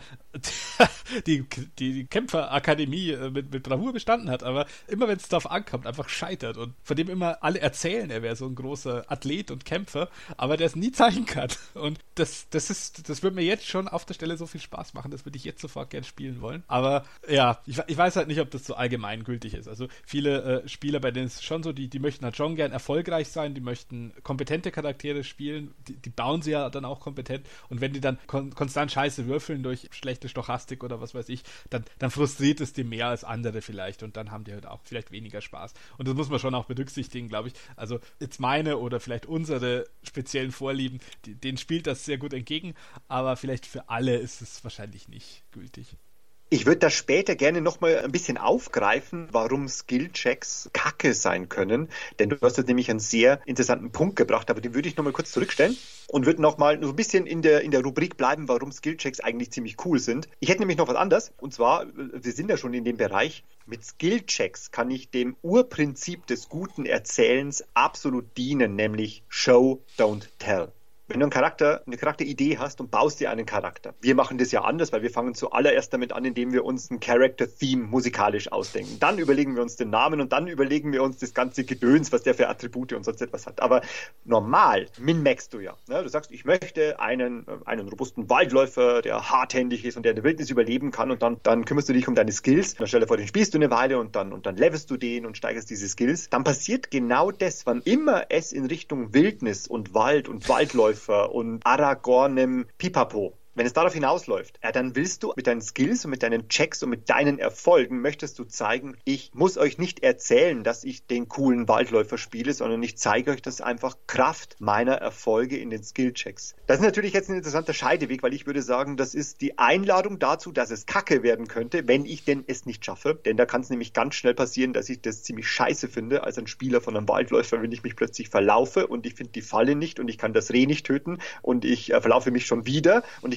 die Kämpferakademie mit Bravour bestanden hat, aber immer wenn es darauf ankommt, einfach scheitert und von dem immer alle erzählen, er wäre so ein großer Athlet und Kämpfer, aber der es nie zeigen kann. Und das würde mir jetzt schon auf der Stelle so viel Spaß machen, das würde ich jetzt sofort gern spielen wollen. Aber ja, ich weiß halt nicht, ob das so allgemein gültig ist. Also viele Spieler, bei denen es schon so, die möchten halt schon gern erfolgreich sein, die möchten kompetente Charaktere spielen, die bauen sie ja dann auch kompetent und wenn die dann konstant scheiße würfeln durch schlechte Stochastik oder was weiß ich, dann frustriert es die mehr als andere vielleicht und dann haben die halt auch vielleicht weniger Spaß. Und das muss man schon auch berücksichtigen, glaube ich. Also jetzt meine oder vielleicht unsere speziellen Vorlieben, denen spielt das sehr gut entgegen, aber vielleicht für alle ist es wahrscheinlich nicht gültig. Ich würde da später gerne nochmal ein bisschen aufgreifen, warum Skillchecks Kacke sein können. Denn du hast jetzt nämlich einen sehr interessanten Punkt gebracht, aber den würde ich nochmal kurz zurückstellen und würde nochmal so ein bisschen in der Rubrik bleiben, warum Skillchecks eigentlich ziemlich cool sind. Ich hätte nämlich noch was anderes, und zwar, wir sind ja schon in dem Bereich, mit Skillchecks kann ich dem Urprinzip des guten Erzählens absolut dienen, nämlich Show, don't tell. Wenn du eine Charakteridee hast und baust dir einen Charakter. Wir machen das ja anders, weil wir fangen zuallererst damit an, indem wir uns ein Character-Theme musikalisch ausdenken. Dann überlegen wir uns den Namen und dann überlegen wir uns das ganze Gedöns, was der für Attribute und sonst etwas hat. Aber normal min-maxst du ja. Du sagst, ich möchte einen robusten Waldläufer, der harthändig ist und der in der Wildnis überleben kann und dann kümmerst du dich um deine Skills. Dann stell dir vor, den spielst du eine Weile und dann levelst du den und steigerst diese Skills. Dann passiert genau das, wann immer es in Richtung Wildnis und Wald und Waldläufer und Aragornem Pipapo. Wenn es darauf hinausläuft, dann willst du mit deinen Skills und mit deinen Checks und mit deinen Erfolgen möchtest du zeigen, ich muss euch nicht erzählen, dass ich den coolen Waldläufer spiele, sondern ich zeige euch das einfach Kraft meiner Erfolge in den Skill-Checks. Das ist natürlich jetzt ein interessanter Scheideweg, weil ich würde sagen, das ist die Einladung dazu, dass es Kacke werden könnte, wenn ich denn es nicht schaffe. Denn da kann es nämlich ganz schnell passieren, dass ich das ziemlich scheiße finde als ein Spieler von einem Waldläufer, wenn ich mich plötzlich verlaufe und ich finde die Falle nicht und ich kann das Reh nicht töten und ich verlaufe mich schon wieder und ich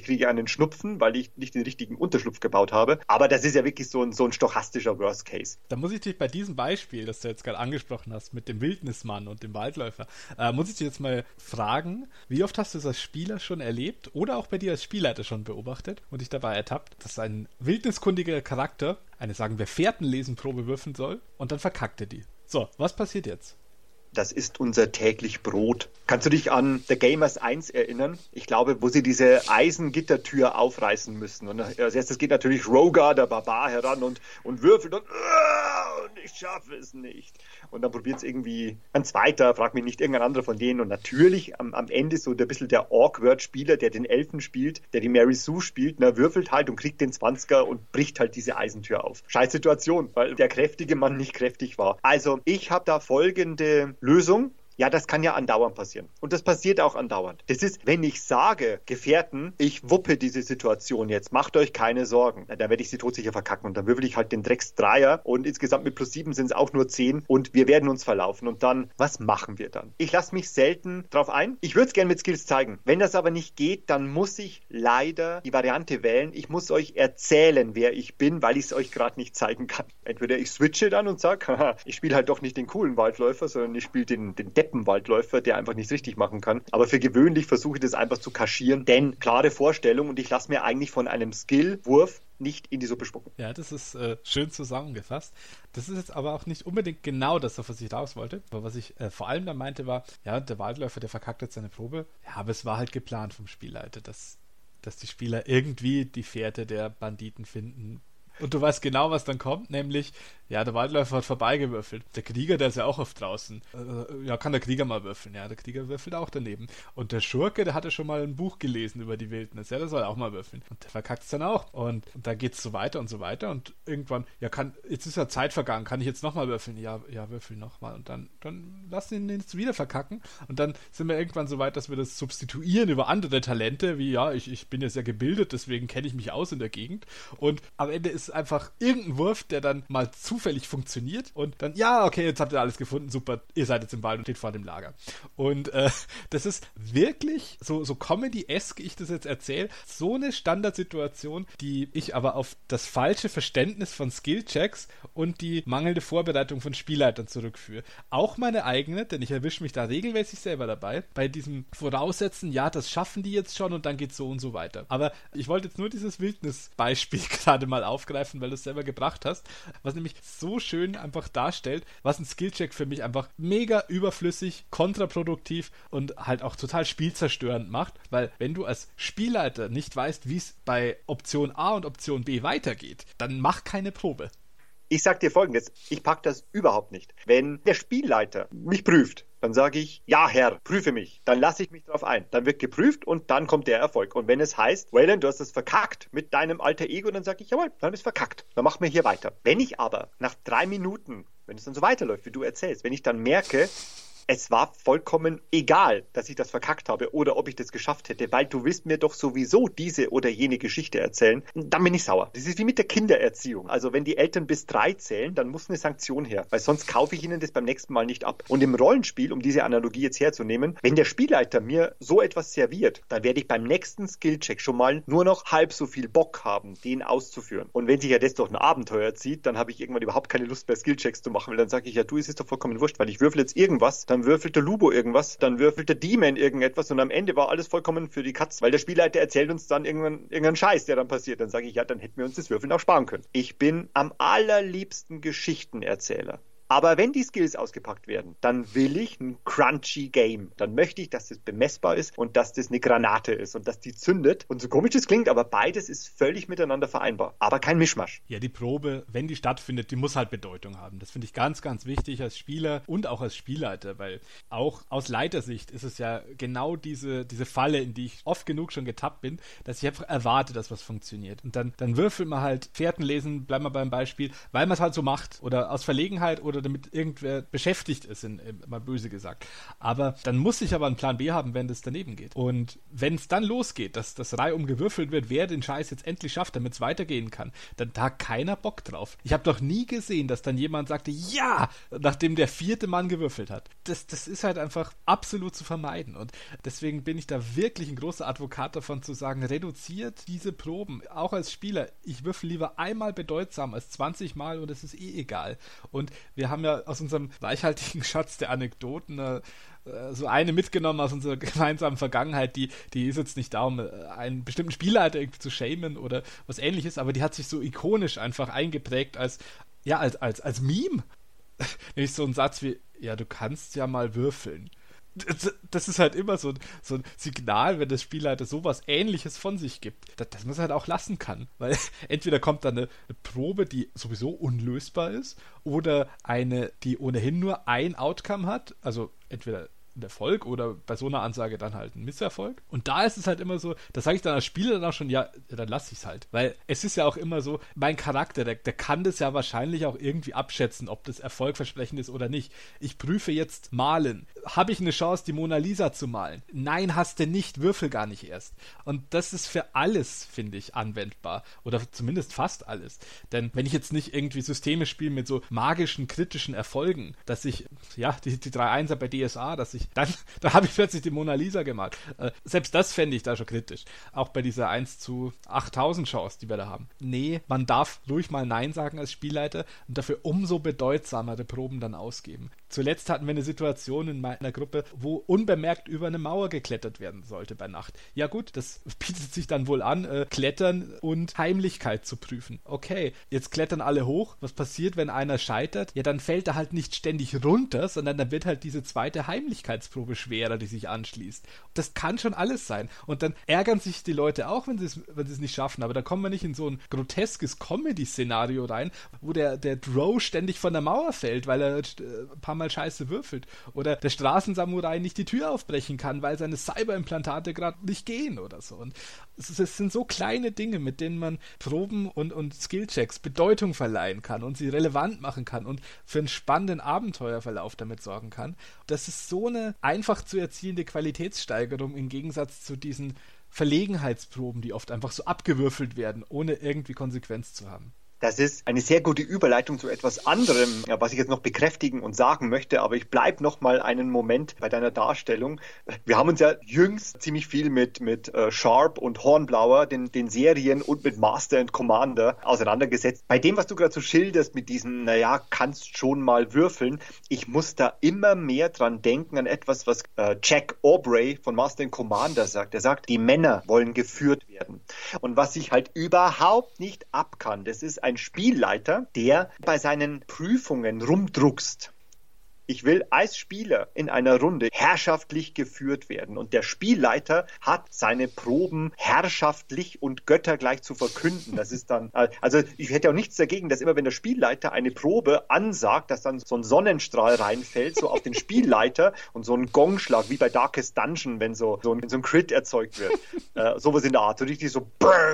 kriege einen Schnupfen, weil ich nicht den richtigen Unterschlupf gebaut habe. Aber das ist ja wirklich so ein stochastischer Worst Case. Da muss ich dich bei diesem Beispiel, das du jetzt gerade angesprochen hast, mit dem Wildnismann und dem Waldläufer, muss ich dich jetzt mal fragen, wie oft hast du es als Spieler schon erlebt oder auch bei dir als Spielleiter schon beobachtet und dich dabei ertappt, dass ein wildniskundiger Charakter eine, sagen wir, Fährtenlesenprobe würfeln soll und dann verkackt er die. So, was passiert jetzt? Das ist unser täglich Brot. Kannst du dich an The Gamers 1 erinnern? Ich glaube, wo sie diese Eisengittertür aufreißen müssen. Und als erstes geht natürlich Rogar, der Barbar, heran und würfelt und ich schaffe es nicht. Und dann probiert es irgendwie ein zweiter, frag mich nicht, irgendein anderer von denen. Und natürlich am Ende so ein bisschen der Awkward-Spieler, der den Elfen spielt, der die Mary Sue spielt, würfelt halt und kriegt den 20er und bricht halt diese Eisentür auf. Scheiß Situation, weil der kräftige Mann nicht kräftig war. Also ich habe da folgende Lösung. Ja, das kann ja andauernd passieren. Und das passiert auch andauernd. Das ist, wenn ich sage, Gefährten, ich wuppe diese Situation jetzt, macht euch keine Sorgen, dann werde ich sie todsicher verkacken. Und dann würfel ich halt den Drecks-Dreier und insgesamt mit +7 sind es auch nur 10 und wir werden uns verlaufen. Und dann, was machen wir dann? Ich lasse mich selten drauf ein. Ich würde es gerne mit Skills zeigen. Wenn das aber nicht geht, dann muss ich leider die Variante wählen. Ich muss euch erzählen, wer ich bin, weil ich es euch gerade nicht zeigen kann. Entweder ich switche dann und sage, ich spiele halt doch nicht den coolen Waldläufer, sondern ich spiele den Waldläufer, der einfach nichts richtig machen kann. Aber für gewöhnlich versuche ich das einfach zu kaschieren, denn klare Vorstellung und ich lasse mir eigentlich von einem Skill-Wurf nicht in die Suppe spucken. Ja, das ist schön zusammengefasst. Das ist jetzt aber auch nicht unbedingt genau das, auf was ich raus wollte. Aber was ich vor allem dann meinte war, ja, der Waldläufer, der verkackt jetzt seine Probe. Ja, aber es war halt geplant vom Spielleiter, dass die Spieler irgendwie die Fährte der Banditen finden. Und du weißt genau, was dann kommt, nämlich, ja, der Waldläufer hat vorbeigewürfelt. Der Krieger, der ist ja auch oft draußen. Ja, kann der Krieger mal würfeln. Ja, der Krieger würfelt auch daneben. Und der Schurke, der hatte schon mal ein Buch gelesen über die Wildnis. Ja, der soll auch mal würfeln. Und der verkackt es dann auch. Und da geht es so weiter und so weiter. Und irgendwann, ja, jetzt ist ja Zeit vergangen. Kann ich jetzt nochmal würfeln? Ja, würfel nochmal. Und dann lass ihn jetzt wieder verkacken. Und dann sind wir irgendwann so weit, dass wir das substituieren über andere Talente, wie, ja, ich bin ja sehr gebildet, deswegen kenne ich mich aus in der Gegend. Und am Ende ist einfach irgendein Wurf, der dann mal zufällig funktioniert und dann, ja, okay, jetzt habt ihr alles gefunden, super, ihr seid jetzt im Wald und steht vor dem Lager. Und das ist wirklich so Comedy-esque, ich das jetzt erzähle, so eine Standardsituation, die ich aber auf das falsche Verständnis von Skillchecks und die mangelnde Vorbereitung von Spielleitern zurückführe. Auch meine eigene, denn ich erwische mich da regelmäßig selber dabei, bei diesem Voraussetzen, ja, das schaffen die jetzt schon und dann geht's so und so weiter. Aber ich wollte jetzt nur dieses Wildnisbeispiel gerade mal aufgreifen, weil du es selber gebracht hast, was nämlich so schön einfach darstellt, was ein Skillcheck für mich einfach mega überflüssig, kontraproduktiv und halt auch total spielzerstörend macht, weil wenn du als Spielleiter nicht weißt, wie es bei Option A und Option B weitergeht, dann mach keine Probe. Ich sag dir Folgendes, ich pack das überhaupt nicht. Wenn der Spielleiter mich prüft, dann sage ich, ja Herr, prüfe mich. Dann lasse ich mich drauf ein. Dann wird geprüft und dann kommt der Erfolg. Und wenn es heißt, Waylon, du hast das verkackt mit deinem alter Ego, dann sage ich, jawohl, dann ist verkackt. Dann machen wir hier weiter. Wenn ich aber nach 3 Minuten, wenn es dann so weiterläuft, wie du erzählst, wenn ich dann merke, es war vollkommen egal, dass ich das verkackt habe oder ob ich das geschafft hätte, weil du willst mir doch sowieso diese oder jene Geschichte erzählen, dann bin ich sauer. Das ist wie mit der Kindererziehung. Also wenn die Eltern bis 3 zählen, dann muss eine Sanktion her, weil sonst kaufe ich ihnen das beim nächsten Mal nicht ab. Und im Rollenspiel, um diese Analogie jetzt herzunehmen, wenn der Spielleiter mir so etwas serviert, dann werde ich beim nächsten Skillcheck schon mal nur noch halb so viel Bock haben, den auszuführen. Und wenn sich ja das durch ein Abenteuer zieht, dann habe ich irgendwann überhaupt keine Lust mehr, Skillchecks zu machen, weil dann sage ich, ja, du, es ist doch vollkommen wurscht, weil ich würfel jetzt irgendwas, dann würfelt der Lubo irgendwas, dann würfelt der Demon irgendetwas und am Ende war alles vollkommen für die Katz, weil der Spielleiter erzählt uns dann irgendeinen Scheiß, der dann passiert. Dann sage ich, ja, dann hätten wir uns das Würfeln auch sparen können. Ich bin am allerliebsten Geschichtenerzähler. Aber wenn die Skills ausgepackt werden, dann will ich ein crunchy Game. Dann möchte ich, dass das bemessbar ist und dass das eine Granate ist und dass die zündet. Und so komisch das klingt, aber beides ist völlig miteinander vereinbar. Aber kein Mischmasch. Ja, die Probe, wenn die stattfindet, die muss halt Bedeutung haben. Das finde ich ganz, ganz wichtig als Spieler und auch als Spielleiter, weil auch aus Leitersicht ist es ja genau diese Falle, in die ich oft genug schon getappt bin, dass ich einfach erwarte, dass was funktioniert. Und dann würfelt man halt Fährten lesen, bleiben wir beim Beispiel, weil man es halt so macht oder aus Verlegenheit oder oder damit irgendwer beschäftigt ist, mal böse gesagt. Aber dann muss ich aber einen Plan B haben, wenn das daneben geht. Und wenn es dann losgeht, dass das reihum gewürfelt wird, wer den Scheiß jetzt endlich schafft, damit es weitergehen kann, dann da hat keiner Bock drauf. Ich habe doch nie gesehen, dass dann jemand sagte, ja, nachdem der 4. Mann gewürfelt hat. Das ist halt einfach absolut zu vermeiden. Und deswegen bin ich da wirklich ein großer Advokat davon zu sagen, reduziert diese Proben, auch als Spieler. Ich würfel lieber einmal bedeutsam als 20 Mal und es ist eh egal. Und wir haben ja aus unserem reichhaltigen Schatz der Anekdoten so eine mitgenommen aus unserer gemeinsamen Vergangenheit, die ist jetzt nicht da, um einen bestimmten Spielleiter irgendwie zu shamen oder was Ähnliches, aber die hat sich so ikonisch einfach eingeprägt als Meme. Nämlich so ein Satz wie, ja, du kannst ja mal würfeln. Das ist halt immer so ein Signal, wenn das Spielleiter sowas Ähnliches von sich gibt, dass man es halt auch lassen kann. Weil entweder kommt dann eine Probe, die sowieso unlösbar ist, oder eine, die ohnehin nur ein Outcome hat, also entweder ein Erfolg oder bei so einer Ansage dann halt ein Misserfolg. Und da ist es halt immer so, das sage ich dann als Spieler dann auch schon, ja, dann lasse ich es halt. Weil es ist ja auch immer so, mein Charakter, der kann das ja wahrscheinlich auch irgendwie abschätzen, ob das erfolgversprechend ist oder nicht. Ich prüfe jetzt Malen. Habe ich eine Chance, die Mona Lisa zu malen? Nein, hast du nicht, würfel gar nicht erst. Und das ist für alles, finde ich, anwendbar. Oder zumindest fast alles. Denn wenn ich jetzt nicht irgendwie Systeme spiele mit so magischen, kritischen Erfolgen, dass ich, ja, die 3 Einser bei DSA, dass ich dann habe ich plötzlich die Mona Lisa gemalt. Selbst das fände ich da schon kritisch. Auch bei dieser 1:8000 Chance, die wir da haben. Nee, man darf ruhig mal Nein sagen als Spielleiter und dafür umso bedeutsamere Proben dann ausgeben. Zuletzt hatten wir eine Situation in meiner Gruppe, wo unbemerkt über eine Mauer geklettert werden sollte bei Nacht. Ja gut, das bietet sich dann wohl an, Klettern und Heimlichkeit zu prüfen. Okay, jetzt klettern alle hoch. Was passiert, wenn einer scheitert? Ja, dann fällt er halt nicht ständig runter, sondern dann wird halt diese zweite Heimlichkeitsprobe schwerer, die sich anschließt. Das kann schon alles sein. Und dann ärgern sich die Leute auch, wenn sie es nicht schaffen. Aber da kommen wir nicht in so ein groteskes Comedy-Szenario rein, wo der Drow ständig von der Mauer fällt, weil er ein paar Mal scheiße würfelt. Oder der Straßensamurai nicht die Tür aufbrechen kann, weil seine Cyberimplantate gerade nicht gehen oder so. Und es sind so kleine Dinge, mit denen man Proben und Skillchecks Bedeutung verleihen kann und sie relevant machen kann und für einen spannenden Abenteuerverlauf damit sorgen kann. Das ist so eine einfach zu erzielende Qualitätssteigerung im Gegensatz zu diesen Verlegenheitsproben, die oft einfach so abgewürfelt werden, ohne irgendwie Konsequenz zu haben. Das ist eine sehr gute Überleitung zu etwas anderem, was ich jetzt noch bekräftigen und sagen möchte, aber ich bleibe noch mal einen Moment bei deiner Darstellung. Wir haben uns ja jüngst ziemlich viel mit Sharp und Hornblower, den Serien und mit Master and Commander auseinandergesetzt. Bei dem, was du gerade so schilderst mit diesem, naja, kannst schon mal würfeln, ich muss da immer mehr dran denken an etwas, was Jack Aubrey von Master and Commander sagt. Er sagt, die Männer wollen geführt werden. Und was ich halt überhaupt nicht ab kann, das ist ein Spielleiter, der bei seinen Prüfungen rumdruckst. Ich will als Spieler in einer Runde herrschaftlich geführt werden und der Spielleiter hat seine Proben herrschaftlich und göttergleich zu verkünden. Das ist dann, also ich hätte auch nichts dagegen, dass immer wenn der Spielleiter eine Probe ansagt, dass dann so ein Sonnenstrahl reinfällt, so auf den Spielleiter und so ein Gongschlag, wie bei Darkest Dungeon, wenn so ein Crit erzeugt wird. Sowas in der Art, so richtig so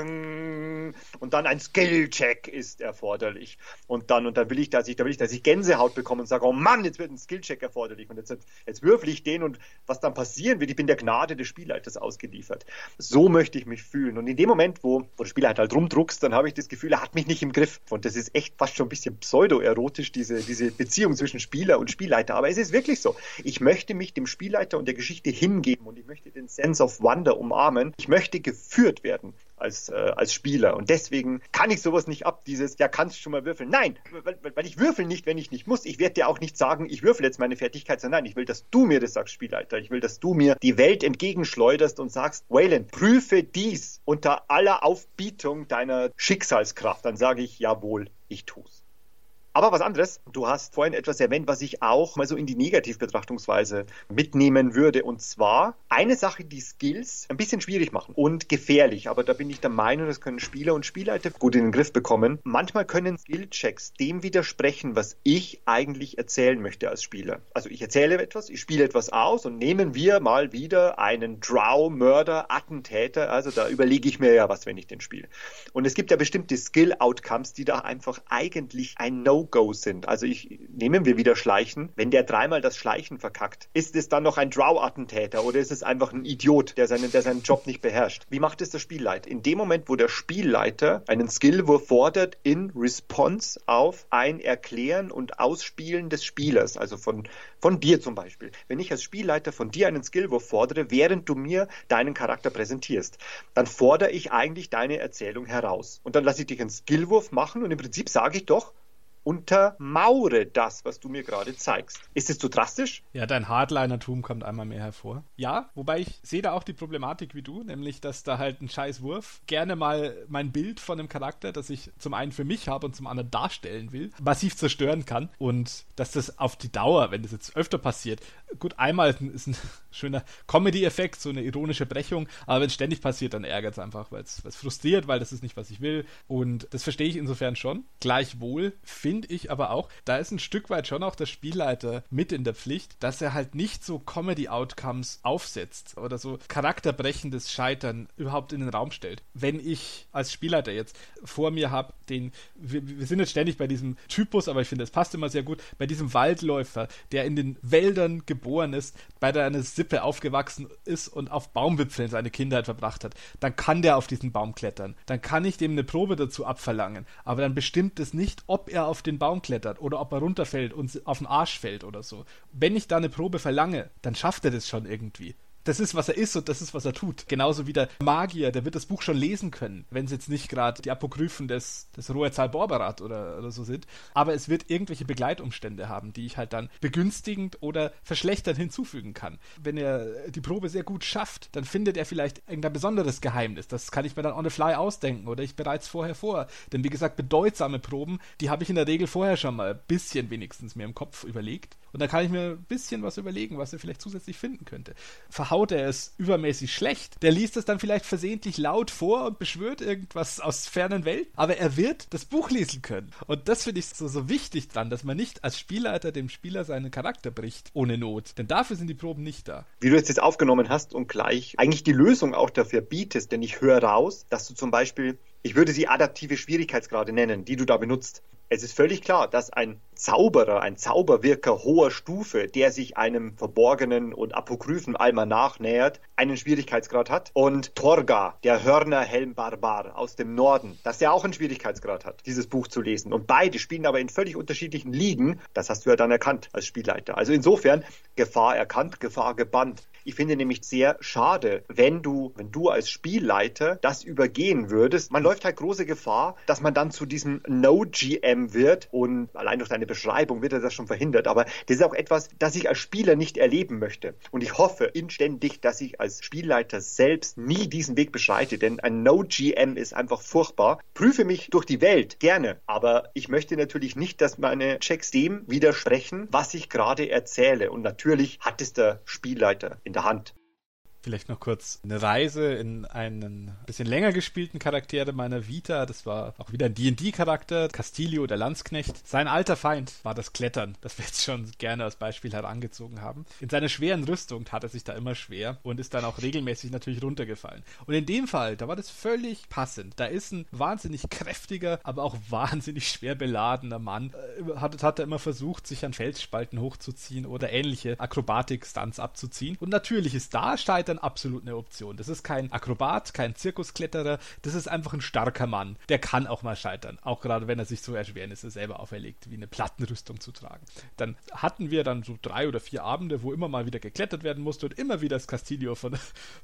BANG! Und dann ein Skill-Check ist erforderlich. Und dann will ich, dass ich Gänsehaut bekomme und sage, oh Mann, jetzt wird ein Skillcheck erforderlich und jetzt würfel ich den und was dann passieren wird, ich bin der Gnade des Spielleiters ausgeliefert. So möchte ich mich fühlen. Und in dem Moment, wo der Spielleiter halt rumdruckst, dann habe ich das Gefühl, er hat mich nicht im Griff. Und das ist echt fast schon ein bisschen pseudo-erotisch, diese Beziehung zwischen Spieler und Spielleiter. Aber es ist wirklich so. Ich möchte mich dem Spielleiter und der Geschichte hingeben und ich möchte den Sense of Wonder umarmen. Ich möchte geführt werden als Spieler. Und deswegen kann ich sowas nicht ab, dieses, ja, kannst du schon mal würfeln. Nein, weil ich würfel nicht, wenn ich nicht muss. Ich werde dir auch nicht sagen, ich würfel jetzt meine Fertigkeit, sondern nein, ich will, dass du mir das sagst, Spielleiter. Ich will, dass du mir die Welt entgegenschleuderst und sagst, Waylon, prüfe dies unter aller Aufbietung deiner Schicksalskraft. Dann sage ich, jawohl, ich tu's. Aber was anderes, du hast vorhin etwas erwähnt, was ich auch mal so in die Negativbetrachtungsweise mitnehmen würde. Und zwar eine Sache, die Skills ein bisschen schwierig machen und gefährlich. Aber da bin ich der Meinung, das können Spieler und Spielleiter gut in den Griff bekommen. Manchmal können Skillchecks dem widersprechen, was ich eigentlich erzählen möchte als Spieler. Also ich erzähle etwas, ich spiele etwas aus und nehmen wir mal wieder einen Drow, Mörder, Attentäter. Also da überlege ich mir ja was, wenn ich den spiele. Und es gibt ja bestimmte Skill-Outcomes, die da einfach eigentlich ein No No-Go sind. Also nehmen wir wieder Schleichen. Wenn der dreimal das Schleichen verkackt, ist es dann noch ein Drow-Attentäter oder ist es einfach ein Idiot, der seinen Job nicht beherrscht? Wie macht es der Spielleiter? In dem Moment, wo der Spielleiter einen Skillwurf fordert in Response auf ein Erklären und Ausspielen des Spielers, also von dir zum Beispiel. Wenn ich als Spielleiter von dir einen Skillwurf fordere, während du mir deinen Charakter präsentierst, dann fordere ich eigentlich deine Erzählung heraus. Und dann lasse ich dich einen Skillwurf machen und im Prinzip sage ich doch, untermauere das, was du mir gerade zeigst. Ist es zu drastisch? Ja, dein Hardliner-Tum kommt einmal mehr hervor. Ja, wobei ich sehe da auch die Problematik wie du, nämlich, dass da halt ein scheiß Wurf gerne mal mein Bild von einem Charakter, das ich zum einen für mich habe und zum anderen darstellen will, massiv zerstören kann. Und dass das auf die Dauer, wenn das jetzt öfter passiert, gut, einmal ist ein schöner Comedy-Effekt, so eine ironische Brechung, aber wenn es ständig passiert, dann ärgert es einfach, weil es frustriert, weil das ist nicht, was ich will. Und das verstehe ich insofern schon. Gleichwohl finde ich aber auch, da ist ein Stück weit schon auch der Spielleiter mit in der Pflicht, dass er halt nicht so Comedy-Outcomes aufsetzt oder so charakterbrechendes Scheitern überhaupt in den Raum stellt. Wenn ich als Spielleiter jetzt vor mir habe, wir sind jetzt ständig bei diesem Typus, aber ich finde, es passt immer sehr gut, bei diesem Waldläufer, der in den Wäldern geboren ist, bei der eine Sippe aufgewachsen ist und auf Baumwipfeln seine Kindheit verbracht hat, dann kann der auf diesen Baum klettern. Dann kann ich dem eine Probe dazu abverlangen, aber dann bestimmt es nicht, ob er auf den Baum klettert oder ob er runterfällt und auf den Arsch fällt oder so. Wenn ich da eine Probe verlange, dann schafft er das schon irgendwie. Das ist, was er ist und das ist, was er tut. Genauso wie der Magier, der wird das Buch schon lesen können, wenn es jetzt nicht gerade die Apokryphen des Roerzal Borberat oder so sind. Aber es wird irgendwelche Begleitumstände haben, die ich halt dann begünstigend oder verschlechternd hinzufügen kann. Wenn er die Probe sehr gut schafft, dann findet er vielleicht irgendein besonderes Geheimnis. Das kann ich mir dann on the fly ausdenken oder ich bereits vorher vor. Denn wie gesagt, bedeutsame Proben, die habe ich in der Regel vorher schon mal ein bisschen wenigstens mir im Kopf überlegt. Und da kann ich mir ein bisschen was überlegen, was er vielleicht zusätzlich finden könnte. Verhaut er es übermäßig schlecht, der liest es dann vielleicht versehentlich laut vor und beschwört irgendwas aus fernen Welt, aber er wird das Buch lesen können. Und das finde ich so wichtig dran, dass man nicht als Spielleiter dem Spieler seinen Charakter bricht, ohne Not. Denn dafür sind die Proben nicht da. Wie du jetzt aufgenommen hast und gleich eigentlich die Lösung auch dafür bietest, denn ich höre raus, dass du zum Beispiel, ich würde sie adaptive Schwierigkeitsgrade nennen, die du da benutzt. Es ist völlig klar, dass ein Zauberer, ein Zauberwirker hoher Stufe, der sich einem verborgenen und apokryphen Almanach nähert, einen Schwierigkeitsgrad hat. Und Torga, der Hörnerhelm-Barbar aus dem Norden, dass er auch einen Schwierigkeitsgrad hat, dieses Buch zu lesen. Und beide spielen aber in völlig unterschiedlichen Ligen. Das hast du ja dann erkannt als Spielleiter. Also insofern, Gefahr erkannt, Gefahr gebannt. Ich finde nämlich sehr schade, wenn du als Spielleiter das übergehen würdest. Man läuft halt große Gefahr, dass man dann zu diesem No-GM wird und allein durch deine Beschreibung wird er das schon verhindert. Aber das ist auch etwas, das ich als Spieler nicht erleben möchte. Und ich hoffe inständig, dass ich als Spielleiter selbst nie diesen Weg beschreite, denn ein No-GM ist einfach furchtbar. Prüfe mich durch die Welt, gerne. Aber ich möchte natürlich nicht, dass meine Checks dem widersprechen, was ich gerade erzähle. Und natürlich hat es der Spielleiter in der Hand. Vielleicht noch kurz eine Reise in einen bisschen länger gespielten Charakter meiner Vita. Das war auch wieder ein D&D-Charakter, Castilio, der Landsknecht. Sein alter Feind war das Klettern, das wir jetzt schon gerne als Beispiel herangezogen haben. In seiner schweren Rüstung tat er sich da immer schwer und ist dann auch regelmäßig natürlich runtergefallen. Und in dem Fall, da war das völlig passend. Da ist ein wahnsinnig kräftiger, aber auch wahnsinnig schwer beladener Mann. Hat er immer versucht, sich an Felsspalten hochzuziehen oder ähnliche Akrobatik-Stunts abzuziehen. Und natürlich ist da Scheitern absolut eine Option. Das ist kein Akrobat, kein Zirkuskletterer, das ist einfach ein starker Mann. Der kann auch mal scheitern, auch gerade wenn er sich so Erschwernisse selber auferlegt, wie eine Plattenrüstung zu tragen. Dann hatten wir dann so 3 oder 4 Abende, wo immer mal wieder geklettert werden musste und immer wieder das Castillo von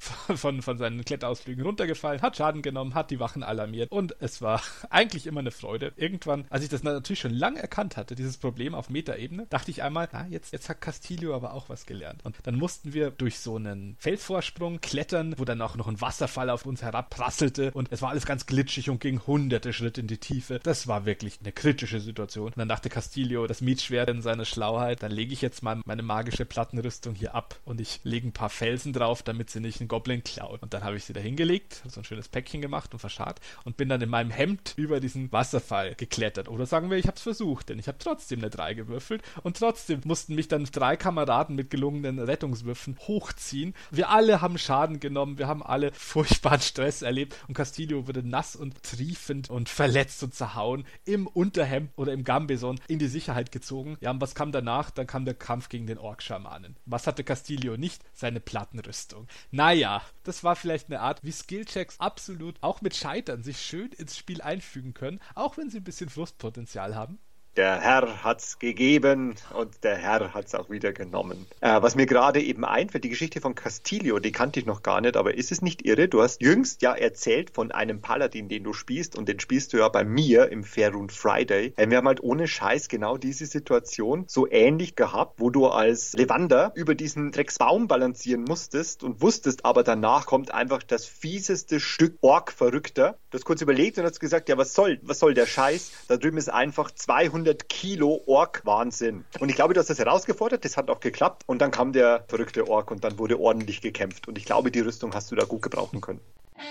seinen Kletterausflügen runtergefallen, hat Schaden genommen, hat die Wachen alarmiert und es war eigentlich immer eine Freude. Irgendwann, als ich das natürlich schon lange erkannt hatte, dieses Problem auf Metaebene, dachte ich einmal, jetzt hat Castillo aber auch was gelernt. Und dann mussten wir durch so einen Felsvorsprung klettern, wo dann auch noch ein Wasserfall auf uns herabprasselte und es war alles ganz glitschig und ging hunderte Schritte in die Tiefe. Das war wirklich eine kritische Situation. Und dann dachte Castillo, das Mietschwert in seiner Schlauheit, dann lege ich jetzt mal meine magische Plattenrüstung hier ab und ich lege ein paar Felsen drauf, damit sie nicht einen Goblin klauen. Und dann habe ich sie da hingelegt, so ein schönes Päckchen gemacht und verscharrt und bin dann in meinem Hemd über diesen Wasserfall geklettert. Oder sagen wir, ich habe es versucht, denn ich habe trotzdem eine 3 gewürfelt und trotzdem mussten mich dann 3 Kameraden mit gelungenen Rettungswürfen hochziehen. Wir alle alle haben Schaden genommen, wir haben alle furchtbaren Stress erlebt und Castillo wurde nass und triefend und verletzt und zerhauen, im Unterhemd oder im Gambeson in die Sicherheit gezogen. Ja, und was kam danach? Dann kam der Kampf gegen den Ork-Schamanen. Was hatte Castillo nicht? Seine Plattenrüstung. Naja, das war vielleicht eine Art, wie Skillchecks absolut auch mit Scheitern sich schön ins Spiel einfügen können, auch wenn sie ein bisschen Frustpotenzial haben. Der Herr hat's gegeben und der Herr hat's auch wieder genommen. Was mir gerade eben einfällt, die Geschichte von Castillo, die kannte ich noch gar nicht, aber ist es nicht irre? Du hast jüngst ja erzählt von einem Paladin, den du spielst, und den spielst du ja bei mir im Faerun Friday. Wir haben halt ohne Scheiß genau diese Situation so ähnlich gehabt, wo du als Levander über diesen Drecksbaum balancieren musstest und wusstest, aber danach kommt einfach das fieseste Stück Ork-Verrückter. Du hast kurz überlegt und hast gesagt, ja, was soll der Scheiß? Da drüben ist einfach 200 Kilo Ork-Wahnsinn. Und ich glaube, du hast das herausgefordert, das hat auch geklappt. Und dann kam der verrückte Ork und dann wurde ordentlich gekämpft. Und ich glaube, die Rüstung hast du da gut gebrauchen können.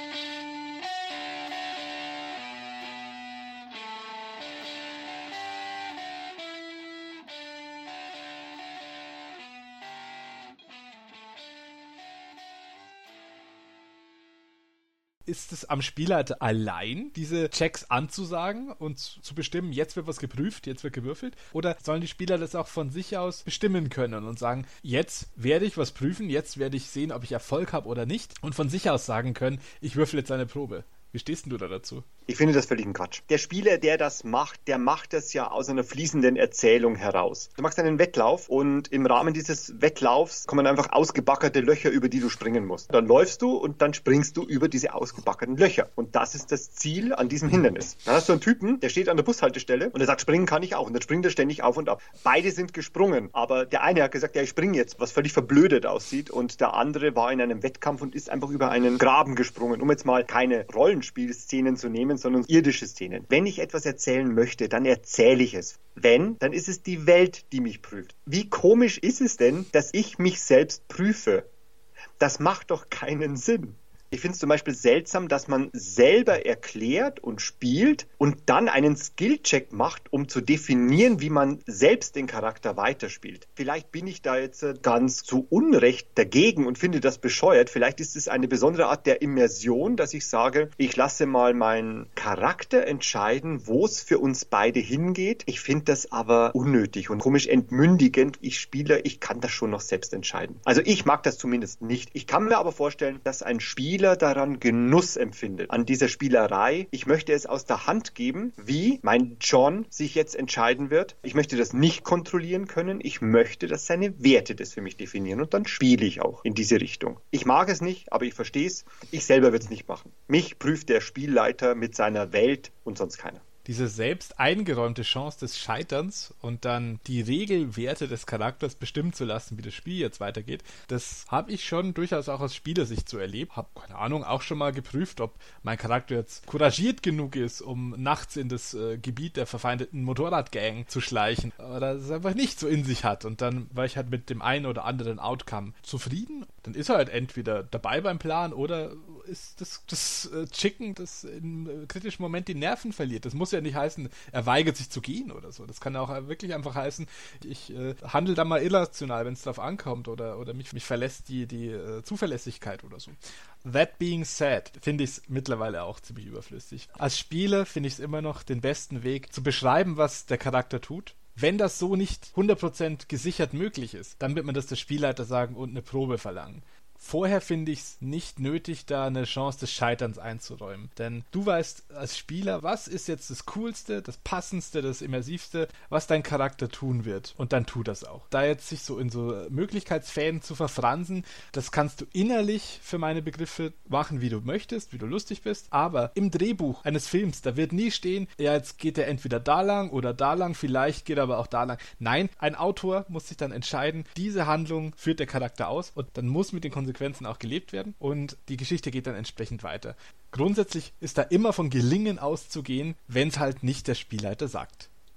Ist es am Spielleiter allein, diese Checks anzusagen und zu bestimmen, jetzt wird was geprüft, jetzt wird gewürfelt? Oder sollen die Spieler das auch von sich aus bestimmen können und sagen, jetzt werde ich was prüfen, jetzt werde ich sehen, ob ich Erfolg habe oder nicht, und von sich aus sagen können, ich würfel jetzt eine Probe? Wie stehst denn du da dazu? Ich finde das völligen Quatsch. Der Spieler, der das macht, der macht das ja aus einer fließenden Erzählung heraus. Du machst einen Wettlauf und im Rahmen dieses Wettlaufs kommen einfach ausgebackerte Löcher, über die du springen musst. Dann läufst du und dann springst du über diese ausgebackerten Löcher. Und das ist das Ziel an diesem Hindernis. Dann hast du einen Typen, der steht an der Bushaltestelle und der sagt, springen kann ich auch. Und dann springt er ständig auf und ab. Beide sind gesprungen, aber der eine hat gesagt, ja, ich springe jetzt, was völlig verblödet aussieht. Und der andere war in einem Wettkampf und ist einfach über einen Graben gesprungen, um jetzt mal keine Rollenspielszenen zu nehmen, sondern irdische Szenen. Wenn ich etwas erzählen möchte, dann erzähle ich es. Wenn, dann ist es die Welt, die mich prüft. Wie komisch ist es denn, dass ich mich selbst prüfe? Das macht doch keinen Sinn. Ich finde es zum Beispiel seltsam, dass man selber erklärt und spielt und dann einen Skillcheck macht, um zu definieren, wie man selbst den Charakter weiterspielt. Vielleicht bin ich da jetzt ganz zu Unrecht dagegen und finde das bescheuert. Vielleicht ist es eine besondere Art der Immersion, dass ich sage, ich lasse mal meinen Charakter entscheiden, wo es für uns beide hingeht. Ich finde das aber unnötig und komisch entmündigend. Ich kann das schon noch selbst entscheiden. Also ich mag das zumindest nicht. Ich kann mir aber vorstellen, dass ein Spieler daran Genuss empfindet, an dieser Spielerei. Ich möchte es aus der Hand geben, wie mein John sich jetzt entscheiden wird. Ich möchte das nicht kontrollieren können. Ich möchte, dass seine Werte das für mich definieren und dann spiele ich auch in diese Richtung. Ich mag es nicht, aber ich verstehe es. Ich selber würde es nicht machen. Mich prüft der Spielleiter mit seiner Welt und sonst keiner. Diese selbst eingeräumte Chance des Scheiterns und dann die Regelwerte des Charakters bestimmen zu lassen, wie das Spiel jetzt weitergeht, das habe ich schon durchaus auch aus Spielersicht so erlebt. Habe, keine Ahnung, auch schon mal geprüft, ob mein Charakter jetzt couragiert genug ist, um nachts in das Gebiet der verfeindeten Motorradgang zu schleichen oder es einfach nicht so in sich hat. Und dann war ich halt mit dem einen oder anderen Outcome zufrieden. Dann ist er halt entweder dabei beim Plan oder ist das Chicken, das im kritischen Moment die Nerven verliert. Das muss ja nicht heißen, er weigert sich zu gehen oder so. Das kann auch wirklich einfach heißen, ich handle da mal irrational, wenn es drauf ankommt oder mich verlässt die Zuverlässigkeit oder so. That being said, finde ich es mittlerweile auch ziemlich überflüssig. Als Spieler finde ich es immer noch den besten Weg, zu beschreiben, was der Charakter tut. Wenn das so nicht 100% gesichert möglich ist, dann wird man das der Spielleiter sagen und eine Probe verlangen. Vorher finde ich es nicht nötig, da eine Chance des Scheiterns einzuräumen. Denn du weißt als Spieler, was ist jetzt das Coolste, das Passendste, das Immersivste, was dein Charakter tun wird. Und dann tu das auch. Da jetzt sich so in so Möglichkeitsfäden zu verfransen, das kannst du innerlich für meine Begriffe machen, wie du möchtest, wie du lustig bist. Aber im Drehbuch eines Films, da wird nie stehen, ja, jetzt geht er entweder da lang oder da lang, vielleicht geht er aber auch da lang. Nein, ein Autor muss sich dann entscheiden, diese Handlung führt der Charakter aus und dann muss mit den Konsequenzen auch gelebt werden und die Geschichte geht dann entsprechend weiter. Grundsätzlich ist da immer von Gelingen auszugehen, wenn es halt nicht der Spielleiter sagt.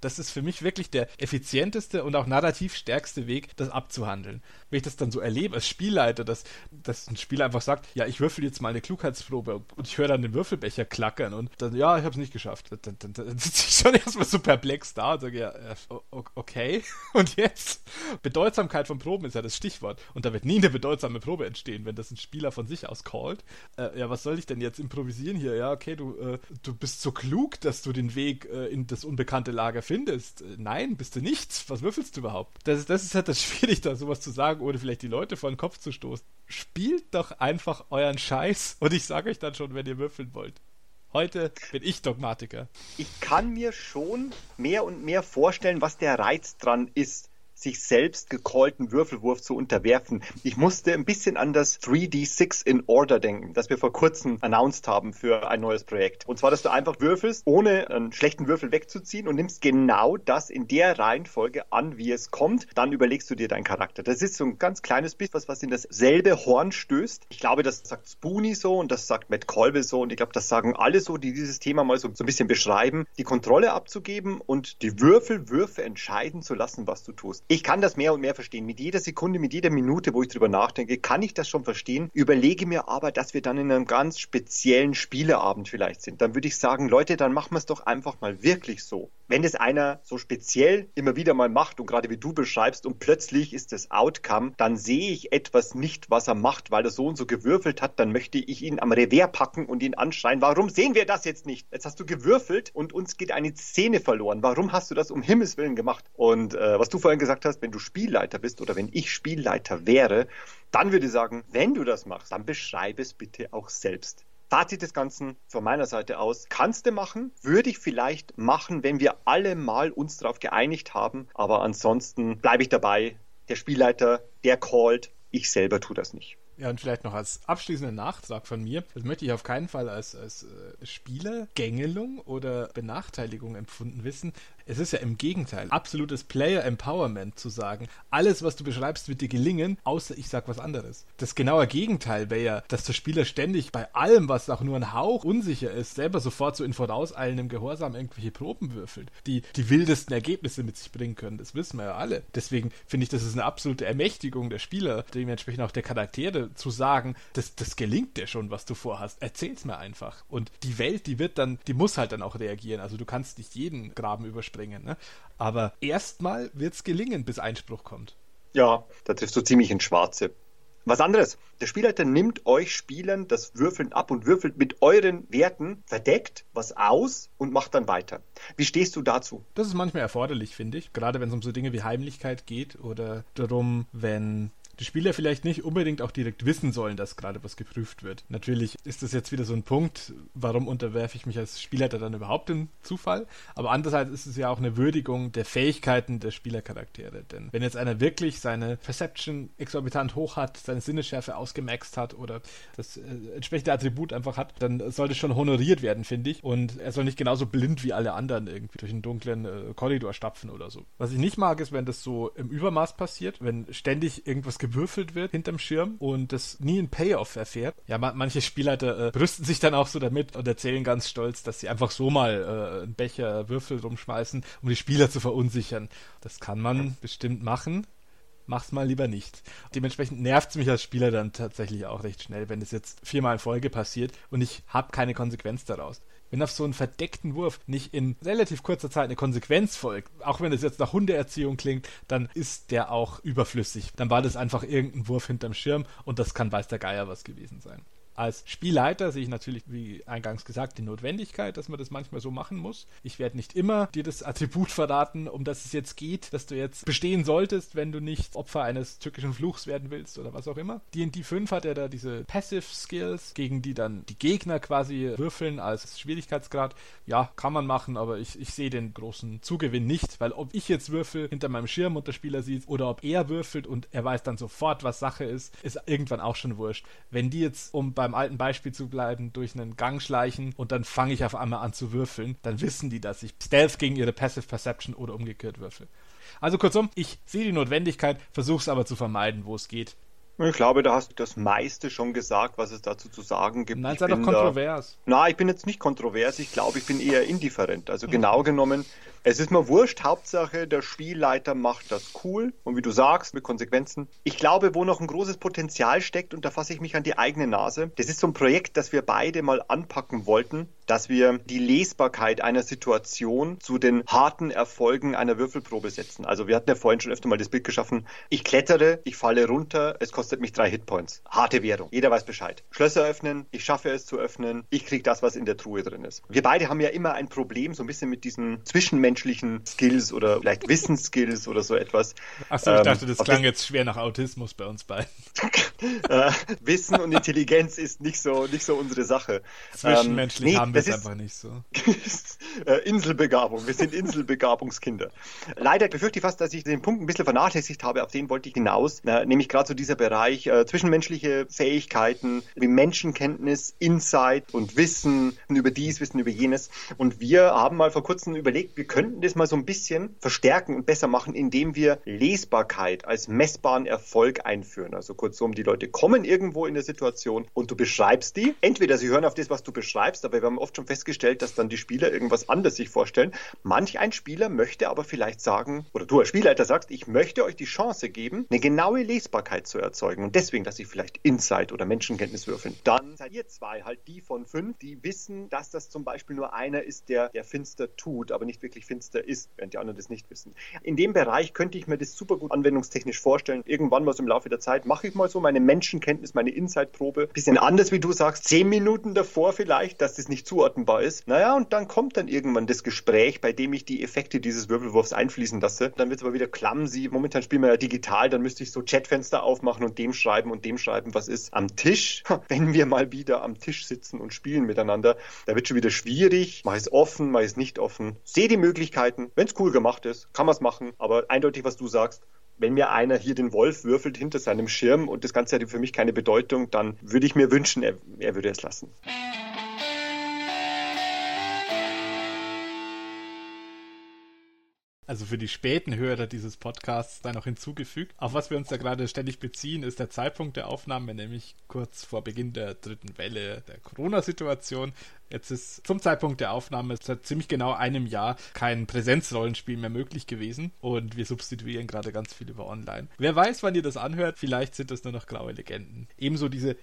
Das ist für mich wirklich der effizienteste und auch narrativ stärkste Weg, das abzuhandeln. Wenn ich das dann so erlebe als Spielleiter, dass ein Spieler einfach sagt, ja, ich würfel jetzt mal eine Klugheitsprobe und ich höre dann den Würfelbecher klackern und dann, ja, ich habe es nicht geschafft. Dann sitze ich schon erstmal so perplex da und sage, ja, okay. Und jetzt? Bedeutsamkeit von Proben ist ja das Stichwort. Und da wird nie eine bedeutsame Probe entstehen, wenn das ein Spieler von sich aus callt. Ja, was soll ich denn jetzt improvisieren hier? Ja, okay, du bist so klug, dass du den Weg in das unbekannte Lager findest. Nein, bist du nicht. Was würfelst du überhaupt? Das ist halt das schwierig, da sowas zu sagen, ohne vielleicht die Leute vor den Kopf zu stoßen. Spielt doch einfach euren Scheiß und ich sage euch dann schon, wenn ihr würfeln wollt. Heute bin ich Dogmatiker. Ich kann mir schon mehr und mehr vorstellen, was der Reiz dran ist, sich selbst gecallten Würfelwurf zu unterwerfen. Ich musste ein bisschen an das 3D6 in Order denken, das wir vor kurzem announced haben für ein neues Projekt. Und zwar, dass du einfach würfelst, ohne einen schlechten Würfel wegzuziehen und nimmst genau das in der Reihenfolge an, wie es kommt. Dann überlegst du dir deinen Charakter. Das ist so ein ganz kleines bisschen was in dasselbe Horn stößt. Ich glaube, das sagt Spoonie so und das sagt Matt Kolbe so und ich glaube, das sagen alle so, die dieses Thema mal so ein bisschen beschreiben, die Kontrolle abzugeben und die Würfe entscheiden zu lassen, was du tust. Ich kann das mehr und mehr verstehen. Mit jeder Sekunde, mit jeder Minute, wo ich drüber nachdenke, kann ich das schon verstehen. Überlege mir aber, dass wir dann in einem ganz speziellen Spieleabend vielleicht sind. Dann würde ich sagen, Leute, dann machen wir es doch einfach mal wirklich so. Wenn das einer so speziell immer wieder mal macht und gerade wie du beschreibst und plötzlich ist das Outcome, dann sehe ich etwas nicht, was er macht, weil er so und so gewürfelt hat, dann möchte ich ihn am Revers packen und ihn anschreien. Warum sehen wir das jetzt nicht? Jetzt hast du gewürfelt und uns geht eine Szene verloren. Warum hast du das um Himmels Willen gemacht? Und was du vorhin gesagt hast, wenn du Spielleiter bist oder wenn ich Spielleiter wäre, dann würde ich sagen, wenn du das machst, dann beschreibe es bitte auch selbst. Fazit des Ganzen von meiner Seite aus, kannst du machen, würde ich vielleicht machen, wenn wir alle mal uns darauf geeinigt haben, aber ansonsten bleibe ich dabei, der Spielleiter, der callt, ich selber tue das nicht. Ja, und vielleicht noch als abschließenden Nachtrag von mir, das möchte ich auf keinen Fall als Spielergängelung oder Benachteiligung empfunden wissen. Es ist ja im Gegenteil absolutes Player-Empowerment zu sagen, alles, was du beschreibst, wird dir gelingen, außer ich sag was anderes. Das genaue Gegenteil wäre ja, dass der Spieler ständig bei allem, was auch nur ein Hauch unsicher ist, selber sofort so in vorauseilendem Gehorsam irgendwelche Proben würfelt, die wildesten Ergebnisse mit sich bringen können. Das wissen wir ja alle. Deswegen finde ich, das ist eine absolute Ermächtigung der Spieler, dementsprechend auch der Charaktere, zu sagen, das gelingt dir schon, was du vorhast. Erzähl's mir einfach. Und die Welt, die muss halt dann auch reagieren. Also du kannst nicht jeden Graben überspringen, ne? Aber erstmal wird's gelingen, bis Einspruch kommt. Ja, da triffst du ziemlich ins Schwarze. Was anderes. Der Spielleiter nimmt euch Spielern das Würfeln ab und würfelt mit euren Werten verdeckt was aus und macht dann weiter. Wie stehst du dazu? Das ist manchmal erforderlich, finde ich. Gerade wenn es um so Dinge wie Heimlichkeit geht oder darum, wenn die Spieler vielleicht nicht unbedingt auch direkt wissen sollen, dass gerade was geprüft wird. Natürlich ist das jetzt wieder so ein Punkt, warum unterwerfe ich mich als Spielleiter dann überhaupt dem Zufall? Aber andererseits ist es ja auch eine Würdigung der Fähigkeiten der Spielercharaktere. Denn wenn jetzt einer wirklich seine Perception exorbitant hoch hat, seine Sinnesschärfe ausgemaxt hat oder das entsprechende Attribut einfach hat, dann sollte schon honoriert werden, finde ich. Und er soll nicht genauso blind wie alle anderen irgendwie durch einen dunklen Korridor stapfen oder so. Was ich nicht mag, ist, wenn das so im Übermaß passiert, wenn ständig irgendwas gewürfelt wird hinterm Schirm und das nie einen Payoff erfährt. Ja, manche Spielleiter brüsten sich dann auch so damit und erzählen ganz stolz, dass sie einfach so mal einen Becher Würfel rumschmeißen, um die Spieler zu verunsichern. Das kann man bestimmt machen. Mach's mal lieber nicht. Dementsprechend nervt's mich als Spieler dann tatsächlich auch recht schnell, wenn es jetzt 4-mal in Folge passiert und ich habe keine Konsequenz daraus. Wenn auf so einen verdeckten Wurf nicht in relativ kurzer Zeit eine Konsequenz folgt, auch wenn es jetzt nach Hundeerziehung klingt, dann ist der auch überflüssig. Dann war das einfach irgendein Wurf hinterm Schirm und das kann weiß der Geier was gewesen sein. Als Spielleiter sehe ich natürlich, wie eingangs gesagt, die Notwendigkeit, dass man das manchmal so machen muss. Ich werde nicht immer dir das Attribut verraten, um das es jetzt geht, dass du jetzt bestehen solltest, wenn du nicht Opfer eines tückischen Fluchs werden willst oder was auch immer. D&D 5 hat ja da diese Passive Skills, gegen die dann die Gegner quasi würfeln als Schwierigkeitsgrad. Ja, kann man machen, aber ich sehe den großen Zugewinn nicht, weil ob ich jetzt würfel hinter meinem Schirm und der Spieler sieht oder ob er würfelt und er weiß dann sofort, was Sache ist irgendwann auch schon wurscht. Wenn die jetzt, um beim alten Beispiel zu bleiben, durch einen Gang schleichen und dann fange ich auf einmal an zu würfeln, dann wissen die, dass ich Stealth gegen ihre Passive Perception oder umgekehrt würfel. Also kurzum, ich sehe die Notwendigkeit, versuche es aber zu vermeiden, wo es geht. Ich glaube, da hast du das meiste schon gesagt, was es dazu zu sagen gibt. Nein, sei doch kontrovers. Ich bin jetzt nicht kontrovers. Ich glaube, ich bin eher indifferent. Also genau genommen, es ist mir wurscht. Hauptsache, der Spielleiter macht das cool. Und wie du sagst, mit Konsequenzen. Ich glaube, wo noch ein großes Potenzial steckt, und da fasse ich mich an die eigene Nase, das ist so ein Projekt, das wir beide mal anpacken wollten, dass wir die Lesbarkeit einer Situation zu den harten Erfolgen einer Würfelprobe setzen. Also wir hatten ja vorhin schon öfter mal das Bild geschaffen. Ich klettere, ich falle runter, es kostet mich 3 Hitpoints. Harte Währung. Jeder weiß Bescheid. Schlösser öffnen, ich schaffe es zu öffnen, ich kriege das, was in der Truhe drin ist. Wir beide haben ja immer ein Problem, so ein bisschen mit diesen zwischenmenschlichen Skills oder vielleicht Wissensskills oder so etwas. Achso, ich dachte, das klang jetzt schwer nach Autismus bei uns beiden. Wissen und Intelligenz ist nicht so unsere Sache. Zwischenmenschlich haben wir es einfach nicht so. Inselbegabung. Wir sind Inselbegabungskinder. Leider befürchte ich fast, dass ich den Punkt ein bisschen vernachlässigt habe, auf den wollte ich hinaus. Nämlich gerade so dieser Bereich zwischenmenschliche Fähigkeiten wie Menschenkenntnis, Insight und Wissen über dies, Wissen über jenes. Und wir haben mal vor kurzem überlegt, wir könnten das mal so ein bisschen verstärken und besser machen, indem wir Lesbarkeit als messbaren Erfolg einführen. Also kurzum, die Leute kommen irgendwo in der Situation und du beschreibst die. Entweder sie hören auf das, was du beschreibst, aber wir haben oft schon festgestellt, dass dann die Spieler irgendwas anderes sich vorstellen. Manch ein Spieler möchte aber vielleicht sagen, oder du als Spielleiter sagst, ich möchte euch die Chance geben, eine genaue Lesbarkeit zu erzeugen und deswegen, dass ich vielleicht Insight oder Menschenkenntnis würfeln. Dann seid ihr zwei halt die von 5, die wissen, dass das zum Beispiel nur einer ist, der finster tut, aber nicht wirklich finster ist, während die anderen das nicht wissen. In dem Bereich könnte ich mir das super gut anwendungstechnisch vorstellen. Irgendwann mal so im Laufe der Zeit mache ich mal so meine Menschenkenntnis, meine Insight-Probe. Bisschen anders, wie du sagst, 10 Minuten davor vielleicht, dass das nicht zuordnenbar ist. Naja, und dann kommt dann irgendwann das Gespräch, bei dem ich die Effekte dieses Würfelwurfs einfließen lasse. Dann wird es aber wieder clumsy. Momentan spielen wir ja digital, dann müsste ich so Chatfenster aufmachen und dem schreiben, was ist. Am Tisch, wenn wir mal wieder am Tisch sitzen und spielen miteinander, da wird schon wieder schwierig. Mal ist offen, mal ist nicht offen. Sehe die Möglichkeiten. Wenn es cool gemacht ist, kann man es machen. Aber eindeutig, was du sagst, wenn mir einer hier den Wolf würfelt hinter seinem Schirm und das Ganze hat für mich keine Bedeutung, dann würde ich mir wünschen, er würde es lassen. Also für die späten Hörer dieses Podcasts da noch hinzugefügt. Auf was wir uns da gerade ständig beziehen, ist der Zeitpunkt der Aufnahme, nämlich kurz vor Beginn der 3. Welle der Corona-Situation. Jetzt ist zum Zeitpunkt der Aufnahme seit ziemlich genau einem Jahr kein Präsenzrollenspiel mehr möglich gewesen und wir substituieren gerade ganz viel über online. Wer weiß, wann ihr das anhört, vielleicht sind das nur noch graue Legenden. Ebenso diese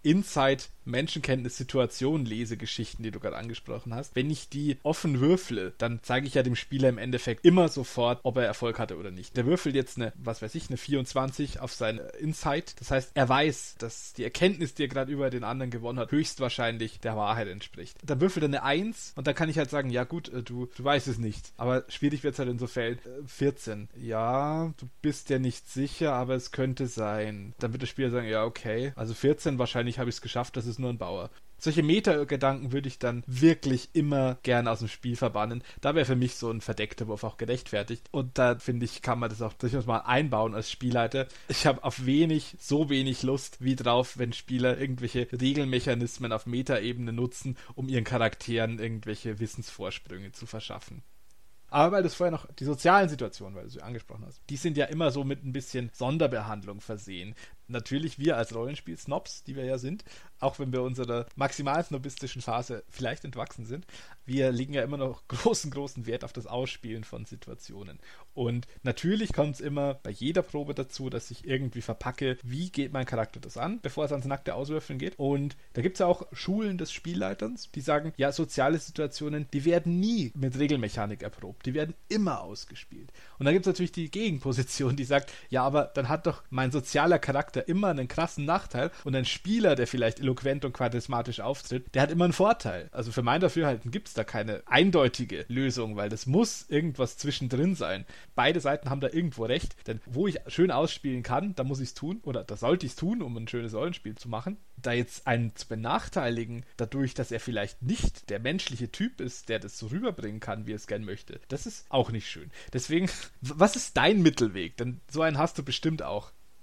Insight-Menschenkenntnis-Situation-Lesegeschichten, die du gerade angesprochen hast. Wenn ich die offen würfle, dann zeige ich ja dem Spieler im Endeffekt immer sofort, ob er Erfolg hatte oder nicht. Der würfelt jetzt eine 24 auf seine Insight. Das heißt, er weiß, dass die Erkenntnis, die er gerade über den anderen gewonnen hat, höchstwahrscheinlich der Wahrheit entspricht. Dann würfelt er eine 1 und dann kann ich halt sagen, ja gut, du weißt es nicht. Aber schwierig wird es halt in so Fällen. 14. Ja, du bist ja nicht sicher, aber es könnte sein. Dann wird der Spieler sagen, ja okay, also 14, wahrscheinlich habe ich es geschafft, das ist nur ein Bauer. Solche Meta-Gedanken würde ich dann wirklich immer gerne aus dem Spiel verbannen. Da wäre für mich so ein verdeckter Wurf auch gerechtfertigt. Und da, finde ich, kann man das auch durchaus mal einbauen als Spielleiter. Ich habe auf so wenig Lust wie drauf, wenn Spieler irgendwelche Regelmechanismen auf Meta-Ebene nutzen, um ihren Charakteren irgendwelche Wissensvorsprünge zu verschaffen. Aber weil du vorher noch die sozialen Situationen, weil du sie angesprochen hast, die sind ja immer so mit ein bisschen Sonderbehandlung versehen. Natürlich wir als Rollenspiel-Snobs, die wir ja sind, auch wenn wir unserer maximal snobistischen Phase vielleicht entwachsen sind, wir legen ja immer noch großen Wert auf das Ausspielen von Situationen. Und natürlich kommt es immer bei jeder Probe dazu, dass ich irgendwie verpacke, wie geht mein Charakter das an, bevor es ans nackte Auswürfeln geht. Und da gibt es ja auch Schulen des Spielleiterns, die sagen, ja, soziale Situationen, die werden nie mit Regelmechanik erprobt, die werden immer ausgespielt. Und dann gibt es natürlich die Gegenposition, die sagt, ja, aber dann hat doch mein sozialer Charakter immer einen krassen Nachteil und ein Spieler, der vielleicht eloquent und charismatisch auftritt, der hat immer einen Vorteil. Also für mein Dafürhalten gibt es da keine eindeutige Lösung, weil das muss irgendwas zwischendrin sein. Beide Seiten haben da irgendwo recht, denn wo ich schön ausspielen kann, da muss ich es tun oder da sollte ich es tun, um ein schönes Rollenspiel zu machen. Da jetzt einen zu benachteiligen, dadurch, dass er vielleicht nicht der menschliche Typ ist, der das so rüberbringen kann, wie er es gern möchte, das ist auch nicht schön. Deswegen, was ist dein Mittelweg? Denn so einen hast du bestimmt auch.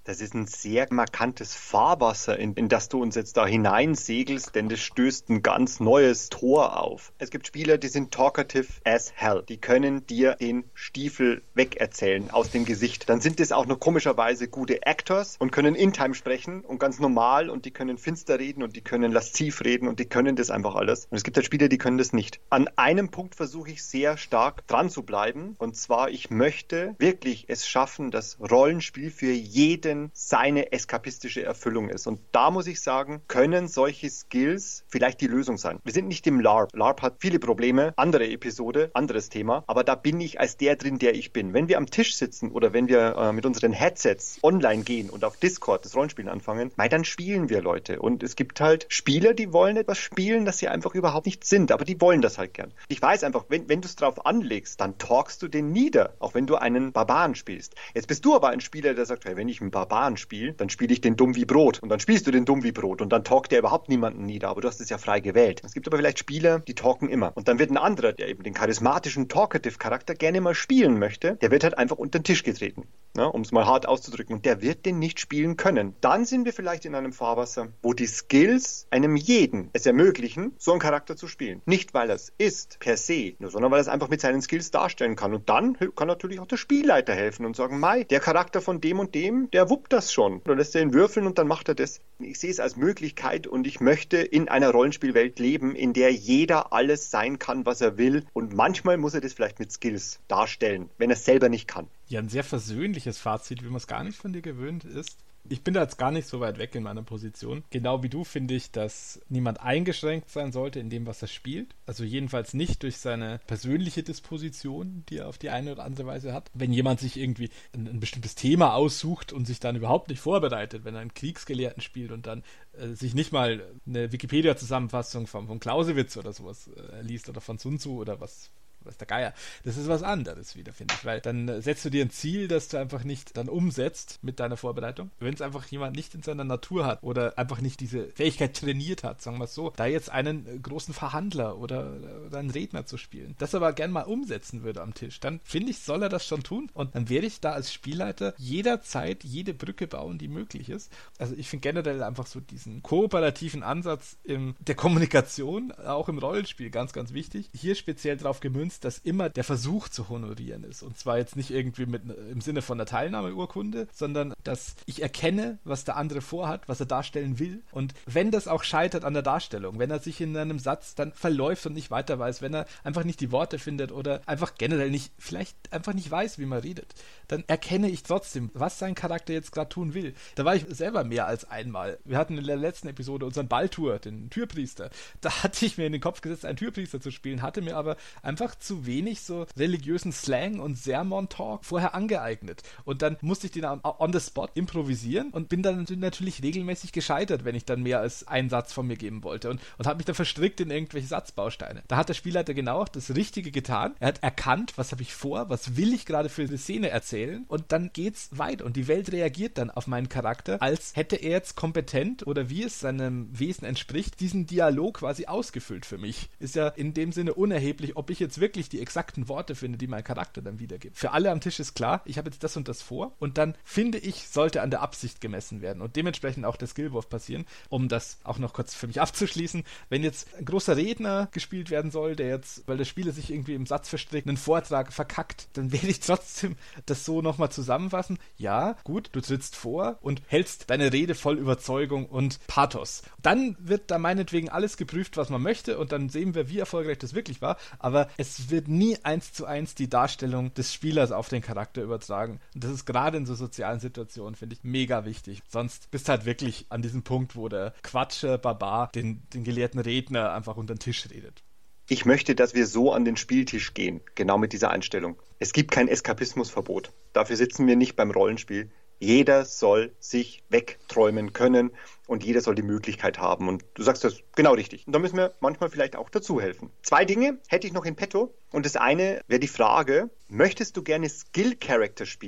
das ist ein sehr markantes Fahrwasser, in das du uns jetzt da hineinsegelst, denn das stößt ein ganz neues Tor auf. Es gibt Spieler, die sind talkative as hell. Die können dir den Stiefel wegerzählen aus dem Gesicht. Dann sind das auch noch komischerweise gute Actors und können in-time sprechen und ganz normal und die können finster reden und die können lasziv reden und die können das einfach alles. Und es gibt halt Spieler, die können das nicht. An einem Punkt versuche ich sehr stark dran zu bleiben und zwar, ich möchte wirklich es schaffen, dass Rollenspiel für jeden seine eskapistische Erfüllung ist. Und da muss ich sagen, können solche Skills vielleicht die Lösung sein. Wir sind nicht im LARP. LARP hat viele Probleme, andere Episode, anderes Thema, aber da bin ich als der drin, der ich bin. Wenn wir am Tisch sitzen oder wenn wir mit unseren Headsets online gehen und auf Discord das Rollenspielen anfangen, dann spielen wir, Leute. Und es gibt halt Spieler, die wollen etwas spielen, das sie einfach überhaupt nicht sind, aber die wollen das halt gern. Ich weiß einfach, wenn du es drauf anlegst, dann talkst du den nieder, auch wenn du einen Barbaren spielst. Jetzt bist du aber ein Spieler, der sagt, hey, wenn ich einen Barbaren spiele, dann spiele ich den dumm wie Brot. Und dann spielst du den dumm wie Brot und dann talkt der überhaupt niemanden nieder, aber du hast es ja frei gewählt. Es gibt aber vielleicht Spieler, die talken immer. Und dann wird ein anderer, der eben den charismatischen Talkative-Charakter gerne mal spielen möchte, der wird halt einfach unter den Tisch getreten, um es mal hart auszudrücken. Und der wird den nicht spielen können. Dann sind wir vielleicht in einem Fahrwasser, wo die Skills einem jeden es ermöglichen, so einen Charakter zu spielen. Nicht, weil er es ist, per se, nur, sondern weil er es einfach mit seinen Skills darstellen kann. Und dann kann natürlich auch der Spielleiter helfen und sagen, der Charakter von dem und dem, der wuppt das schon. Oder lässt er ihn würfeln und dann macht er das. Ich sehe es als Möglichkeit und ich möchte in einer Rollenspielwelt leben, in der jeder alles sein kann, was er will. Und manchmal muss er das vielleicht mit Skills darstellen, wenn er es selber nicht kann. Ja, ein sehr versöhnliches Fazit, wie man es gar nicht von dir gewöhnt ist. Ich bin da jetzt gar nicht so weit weg in meiner Position. Genau wie du finde ich, dass niemand eingeschränkt sein sollte in dem, was er spielt. Also jedenfalls nicht durch seine persönliche Disposition, die er auf die eine oder andere Weise hat. Wenn jemand sich irgendwie ein bestimmtes Thema aussucht und sich dann überhaupt nicht vorbereitet, wenn er einen Kriegsgelehrten spielt und dann sich nicht mal eine Wikipedia-Zusammenfassung von Clausewitz oder sowas liest oder von Sun Tzu oder was der Geier. Das ist was anderes wieder, finde ich, weil dann setzt du dir ein Ziel, das du einfach nicht dann umsetzt mit deiner Vorbereitung. Wenn es einfach jemand nicht in seiner Natur hat oder einfach nicht diese Fähigkeit trainiert hat, sagen wir es so, da jetzt einen großen Verhandler oder einen Redner zu spielen, das aber gern mal umsetzen würde am Tisch, dann finde ich, soll er das schon tun und dann werde ich da als Spielleiter jederzeit jede Brücke bauen, die möglich ist. Also ich finde generell einfach so diesen kooperativen Ansatz der Kommunikation, auch im Rollenspiel, ganz, ganz wichtig. Hier speziell drauf gemünzt, dass immer der Versuch zu honorieren ist. Und zwar jetzt nicht irgendwie im Sinne von einer Teilnahmeurkunde, sondern dass ich erkenne, was der andere vorhat, was er darstellen will. Und wenn das auch scheitert an der Darstellung, wenn er sich in einem Satz dann verläuft und nicht weiter weiß, wenn er einfach nicht die Worte findet oder einfach generell vielleicht einfach nicht weiß, wie man redet, dann erkenne ich trotzdem, was sein Charakter jetzt gerade tun will. Da war ich selber mehr als einmal. Wir hatten in der letzten Episode unseren Baltur, den Türpriester. Da hatte ich mir in den Kopf gesetzt, einen Türpriester zu spielen, hatte mir aber einfach zu wenig so religiösen Slang und Sermon-Talk vorher angeeignet. Und dann musste ich den on the spot improvisieren und bin dann natürlich regelmäßig gescheitert, wenn ich dann mehr als einen Satz von mir geben wollte und habe mich dann verstrickt in irgendwelche Satzbausteine. Da hat der Spielleiter genau das Richtige getan. Er hat erkannt, was habe ich vor, was will ich gerade für eine Szene erzählen und dann geht's weit und die Welt reagiert dann auf meinen Charakter, als hätte er jetzt kompetent oder wie es seinem Wesen entspricht, diesen Dialog quasi ausgefüllt für mich. Ist ja in dem Sinne unerheblich, ob ich jetzt wirklich die exakten Worte finde, die mein Charakter dann wiedergibt. Für alle am Tisch ist klar, ich habe jetzt das und das vor und dann finde ich, sollte an der Absicht gemessen werden und dementsprechend auch der Skillwurf passieren, um das auch noch kurz für mich abzuschließen. Wenn jetzt ein großer Redner gespielt werden soll, der jetzt, weil der Spieler sich irgendwie im Satz verstrickt, einen Vortrag verkackt, dann werde ich trotzdem das so nochmal zusammenfassen. Ja, gut, du trittst vor und hältst deine Rede voll Überzeugung und Pathos. Dann wird da meinetwegen alles geprüft, was man möchte und dann sehen wir, wie erfolgreich das wirklich war, aber es wird nie 1:1 die Darstellung des Spielers auf den Charakter übertragen. Und das ist gerade in so sozialen Situationen, finde ich, mega wichtig. Sonst bist du halt wirklich an diesem Punkt, wo der Quatscher Barbar den gelehrten Redner einfach unter den Tisch redet. Ich möchte, dass wir so an den Spieltisch gehen, genau mit dieser Einstellung. Es gibt kein Eskapismusverbot. Dafür sitzen wir nicht beim Rollenspiel. Jeder soll sich wegträumen können und jeder soll die Möglichkeit haben. Und du sagst das genau richtig. Und da müssen wir manchmal vielleicht auch dazu helfen. 2 Dinge hätte ich noch in petto. Und das eine wäre die Frage, möchtest du gerne Skill-Character spielen?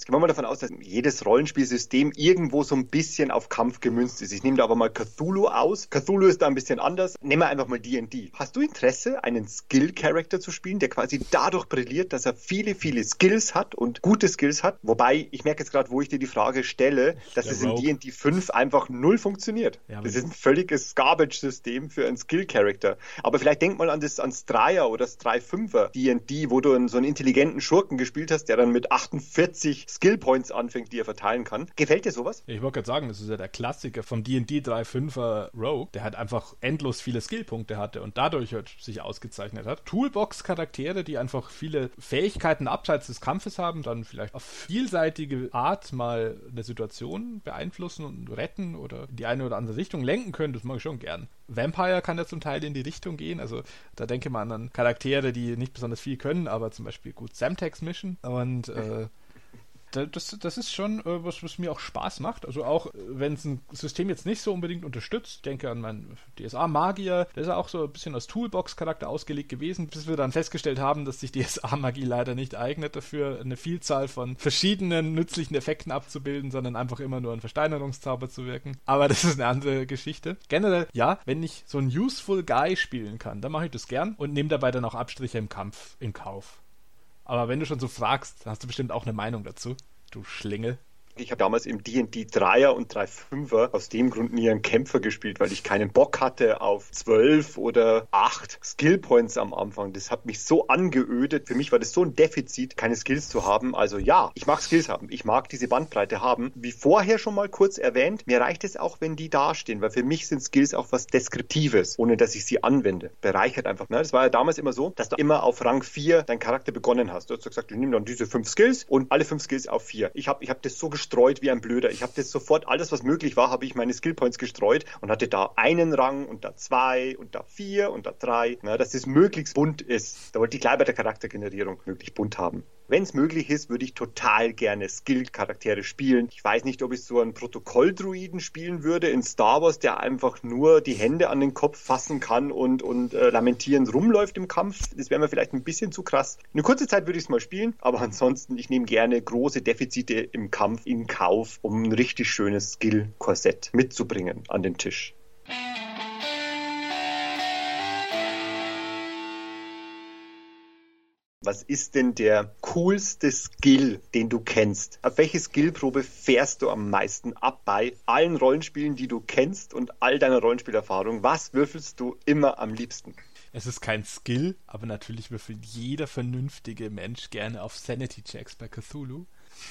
Jetzt gehen wir mal davon aus, dass jedes Rollenspielsystem irgendwo so ein bisschen auf Kampf gemünzt ist. Ich nehme da aber mal Cthulhu aus. Cthulhu ist da ein bisschen anders. Nehmen wir einfach mal D&D. Hast du Interesse, einen Skill-Character zu spielen, der quasi dadurch brilliert, dass er viele, viele Skills hat und gute Skills hat? Wobei, ich merke jetzt gerade, wo ich dir die Frage stelle, dass es in D&D 5 einfach null funktioniert. Ja, das ist ein völliges Garbage-System für einen Skill-Character. Aber vielleicht denk mal ans Dreier oder das 3-5er D&D, wo du so einen intelligenten Schurken gespielt hast, der dann mit 48 Skill-Points anfängt, die er verteilen kann. Gefällt dir sowas? Ich wollte gerade sagen, das ist ja der Klassiker vom D&D 3-5er Rogue, der halt einfach endlos viele Skillpunkte hatte und dadurch halt sich ausgezeichnet hat. Toolbox-Charaktere, die einfach viele Fähigkeiten abseits des Kampfes haben, dann vielleicht auf vielseitige Art mal eine Situation beeinflussen und retten oder in die eine oder andere Richtung lenken können, das mag ich schon gern. Vampire kann ja zum Teil in die Richtung gehen, also da denke man an Charaktere, die nicht besonders viel können, aber zum Beispiel gut Semtex mischen und das ist schon was mir auch Spaß macht. Also auch, wenn es ein System jetzt nicht so unbedingt unterstützt, denke an meinen DSA-Magier, der ist ja auch so ein bisschen als Toolbox-Charakter ausgelegt gewesen, bis wir dann festgestellt haben, dass sich DSA-Magie leider nicht eignet dafür, eine Vielzahl von verschiedenen nützlichen Effekten abzubilden, sondern einfach immer nur ein Versteinerungszauber zu wirken. Aber das ist eine andere Geschichte. Generell, ja, wenn ich so einen Useful Guy spielen kann, dann mache ich das gern und nehme dabei dann auch Abstriche im Kampf in Kauf. Aber wenn du schon so fragst, dann hast du bestimmt auch eine Meinung dazu, du Schlingel. Ich habe damals im D&D 3er und 3-5er aus dem Grund nie einen Kämpfer gespielt, weil ich keinen Bock hatte auf 12 oder 8 Skillpoints am Anfang. Das hat mich so angeödet. Für mich war das so ein Defizit, keine Skills zu haben. Also ja, ich mag Skills haben. Ich mag diese Bandbreite haben. Wie vorher schon mal kurz erwähnt, mir reicht es auch, wenn die dastehen, weil für mich sind Skills auch was Deskriptives, ohne dass ich sie anwende. Bereichert einfach. Ne? Das war ja damals immer so, dass du immer auf Rang 4 deinen Charakter begonnen hast. Du hast gesagt, du nimmst dann diese 5 Skills und alle 5 Skills auf 4. Ich hab das so gestreut wie ein Blöder. Ich habe das sofort, alles was möglich war, habe ich meine Skillpoints gestreut und hatte da einen Rang und da 2 und da 4 und da 3, dass es möglichst bunt ist. Da wollte ich gleich bei der Charaktergenerierung möglichst bunt haben. Wenn es möglich ist, würde ich total gerne Skill-Charaktere spielen. Ich weiß nicht, ob ich so einen Protokoll-Druiden spielen würde in Star Wars, der einfach nur die Hände an den Kopf fassen kann und lamentierend rumläuft im Kampf. Das wäre mir vielleicht ein bisschen zu krass. Eine kurze Zeit würde ich es mal spielen, aber ansonsten, ich nehme gerne große Defizite im Kampf in Kauf, um ein richtig schönes Skill-Korsett mitzubringen an den Tisch. Was ist denn der coolste Skill, den du kennst? Auf welche Skillprobe fährst du am meisten ab bei allen Rollenspielen, die du kennst und all deiner Rollenspielerfahrung? Was würfelst du immer am liebsten? Es ist kein Skill, aber natürlich würfelt jeder vernünftige Mensch gerne auf Sanity-Checks bei Cthulhu.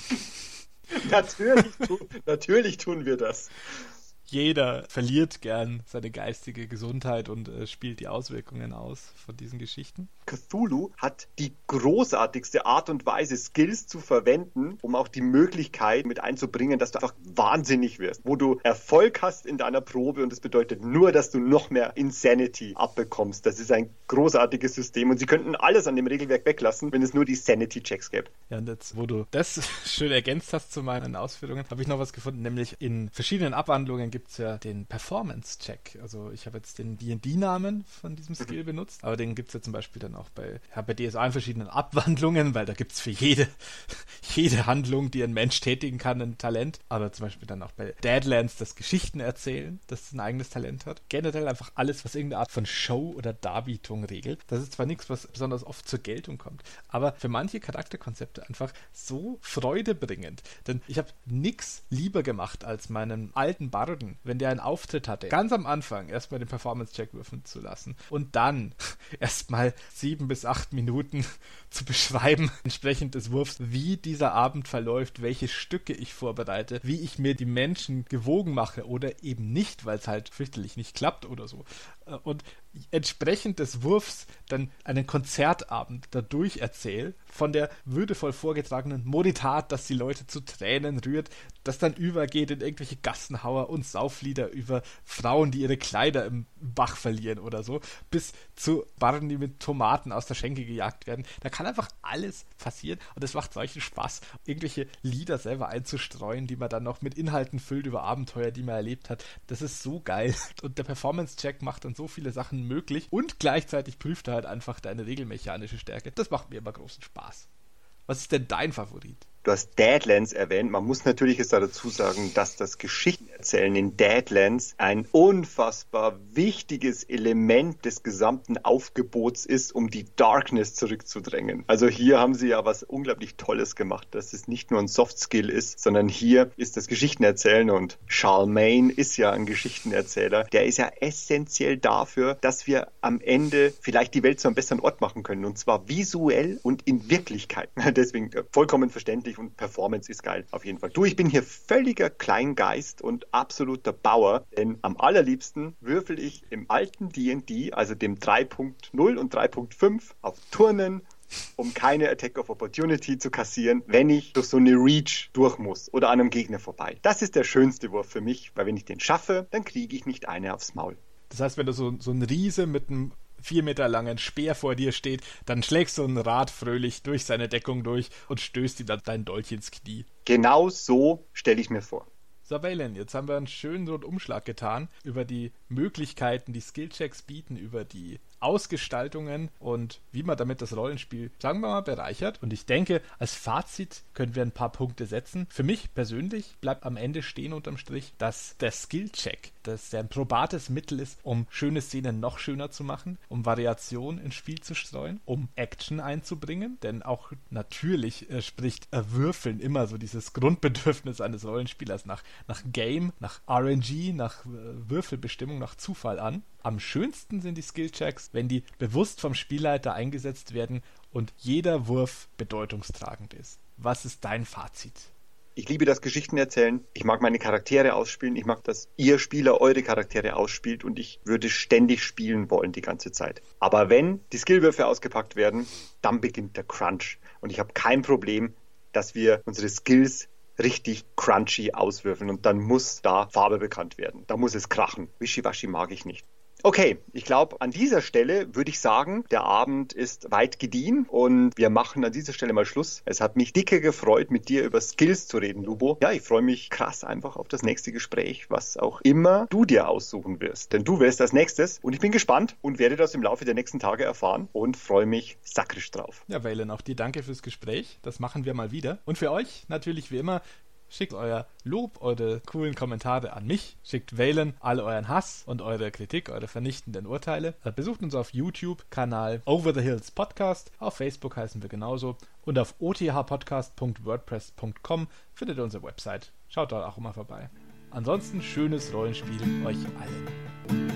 Natürlich tun wir das. Jeder verliert gern seine geistige Gesundheit und spielt die Auswirkungen aus von diesen Geschichten. Cthulhu hat die großartigste Art und Weise, Skills zu verwenden, um auch die Möglichkeit mit einzubringen, dass du einfach wahnsinnig wirst, wo du Erfolg hast in deiner Probe und das bedeutet nur, dass du noch mehr Insanity abbekommst. Das ist ein großartiges System und sie könnten alles an dem Regelwerk weglassen, wenn es nur die Sanity-Checks gäbe. Ja, und jetzt, wo du das schön ergänzt hast zu meinen Ausführungen, habe ich noch was gefunden, nämlich in verschiedenen Abwandlungen gibt es ja den Performance-Check. Also ich habe jetzt den D&D-Namen von diesem Skill benutzt, aber den gibt es ja zum Beispiel dann auch bei DSA in verschiedenen Abwandlungen, weil da gibt es für jede Handlung, die ein Mensch tätigen kann, ein Talent. Aber zum Beispiel dann auch bei Deadlands das Geschichten erzählen, das ein eigenes Talent hat. Generell einfach alles, was irgendeine Art von Show oder Darbietung regelt. Das ist zwar nichts, was besonders oft zur Geltung kommt, aber für manche Charakterkonzepte einfach so freudebringend. Denn ich habe nichts lieber gemacht als meinen alten Barden, wenn der einen Auftritt hatte, ganz am Anfang erstmal den Performance-Check würfeln zu lassen und dann erstmal 7 bis 8 Minuten zu beschreiben, entsprechend des Wurfs, wie dieser Abend verläuft, welche Stücke ich vorbereite, wie ich mir die Menschen gewogen mache oder eben nicht, weil es halt fürchterlich nicht klappt oder so. Und entsprechend des Wurfs dann einen Konzertabend dadurch erzähle, von der würdevoll vorgetragenen Moritat, dass die Leute zu Tränen rührt, das dann übergeht in irgendwelche Gassenhauer und Sauflieder über Frauen, die ihre Kleider im Bach verlieren oder so, bis zu Barren, die mit Tomaten aus der Schenke gejagt werden. Da kann einfach alles passieren und es macht solchen Spaß, irgendwelche Lieder selber einzustreuen, die man dann noch mit Inhalten füllt über Abenteuer, die man erlebt hat. Das ist so geil und der Performance-Check macht dann so viele Sachen möglich und gleichzeitig prüft er halt einfach deine regelmechanische Stärke. Das macht mir immer großen Spaß. Was ist denn dein Favorit? Du hast Deadlands erwähnt. Man muss natürlich jetzt dazu sagen, dass das Geschichtenerzählen in Deadlands ein unfassbar wichtiges Element des gesamten Aufgebots ist, um die Darkness zurückzudrängen. Also hier haben sie ja was unglaublich Tolles gemacht, dass es nicht nur ein Soft-Skill ist, sondern hier ist das Geschichtenerzählen und Charlemagne ist ja ein Geschichtenerzähler. Der ist ja essentiell dafür, dass wir am Ende vielleicht die Welt zu einem besseren Ort machen können und zwar visuell und in Wirklichkeit. Deswegen vollkommen verständlich. Und Performance ist geil, auf jeden Fall. Du, ich bin hier völliger Kleingeist und absoluter Bauer, denn am allerliebsten würfel ich im alten D&D, also dem 3.0 und 3.5, auf Turnen, um keine Attack of Opportunity zu kassieren, wenn ich durch so eine Reach durch muss oder an einem Gegner vorbei. Das ist der schönste Wurf für mich, weil wenn ich den schaffe, dann kriege ich nicht eine aufs Maul. Das heißt, wenn du so ein Riese mit einem 4 Meter langen Speer vor dir steht, dann schlägst du ein Rad fröhlich durch seine Deckung durch und stößt ihm dann dein Dolch ins Knie. Genau so stelle ich mir vor. So, Valen, jetzt haben wir einen schönen Rundumschlag getan über die Möglichkeiten, die Skillchecks bieten, über die Ausgestaltungen und wie man damit das Rollenspiel, sagen wir mal, bereichert. Und ich denke, als Fazit können wir ein paar Punkte setzen. Für mich persönlich bleibt am Ende stehen unterm Strich, dass der Skillcheck, dass der ein probates Mittel ist, um schöne Szenen noch schöner zu machen, um Variation ins Spiel zu streuen, um Action einzubringen. Denn auch natürlich spricht Würfeln immer so dieses Grundbedürfnis eines Rollenspielers nach Game, nach RNG, nach Würfelbestimmung, nach Zufall an. Am schönsten sind die Skillchecks, wenn die bewusst vom Spielleiter eingesetzt werden und jeder Wurf bedeutungstragend ist. Was ist dein Fazit? Ich liebe das Geschichtenerzählen. Ich mag meine Charaktere ausspielen. Ich mag, dass ihr Spieler eure Charaktere ausspielt und ich würde ständig spielen wollen die ganze Zeit. Aber wenn die Skillwürfe ausgepackt werden, dann beginnt der Crunch. Und ich habe kein Problem, dass wir unsere Skills richtig crunchy auswürfeln und dann muss da Farbe bekannt werden. Da muss es krachen. Wischiwaschi mag ich nicht. Okay, ich glaube, an dieser Stelle würde ich sagen, der Abend ist weit gediehen und wir machen an dieser Stelle mal Schluss. Es hat mich dicke gefreut, mit dir über Skills zu reden, Lubo. Ja, ich freue mich krass einfach auf das nächste Gespräch, was auch immer du dir aussuchen wirst. Denn du wirst als nächstes und ich bin gespannt und werde das im Laufe der nächsten Tage erfahren und freue mich sakrisch drauf. Ja, Valen, auch dir danke fürs Gespräch. Das machen wir mal wieder. Und für euch natürlich wie immer, schickt euer Lob, eure coolen Kommentare an mich. Schickt Valen all euren Hass und eure Kritik, eure vernichtenden Urteile. Besucht uns auf YouTube, Kanal Over the Hills Podcast. Auf Facebook heißen wir genauso. Und auf othpodcast.wordpress.com findet ihr unsere Website. Schaut dort auch immer vorbei. Ansonsten schönes Rollenspiel euch allen.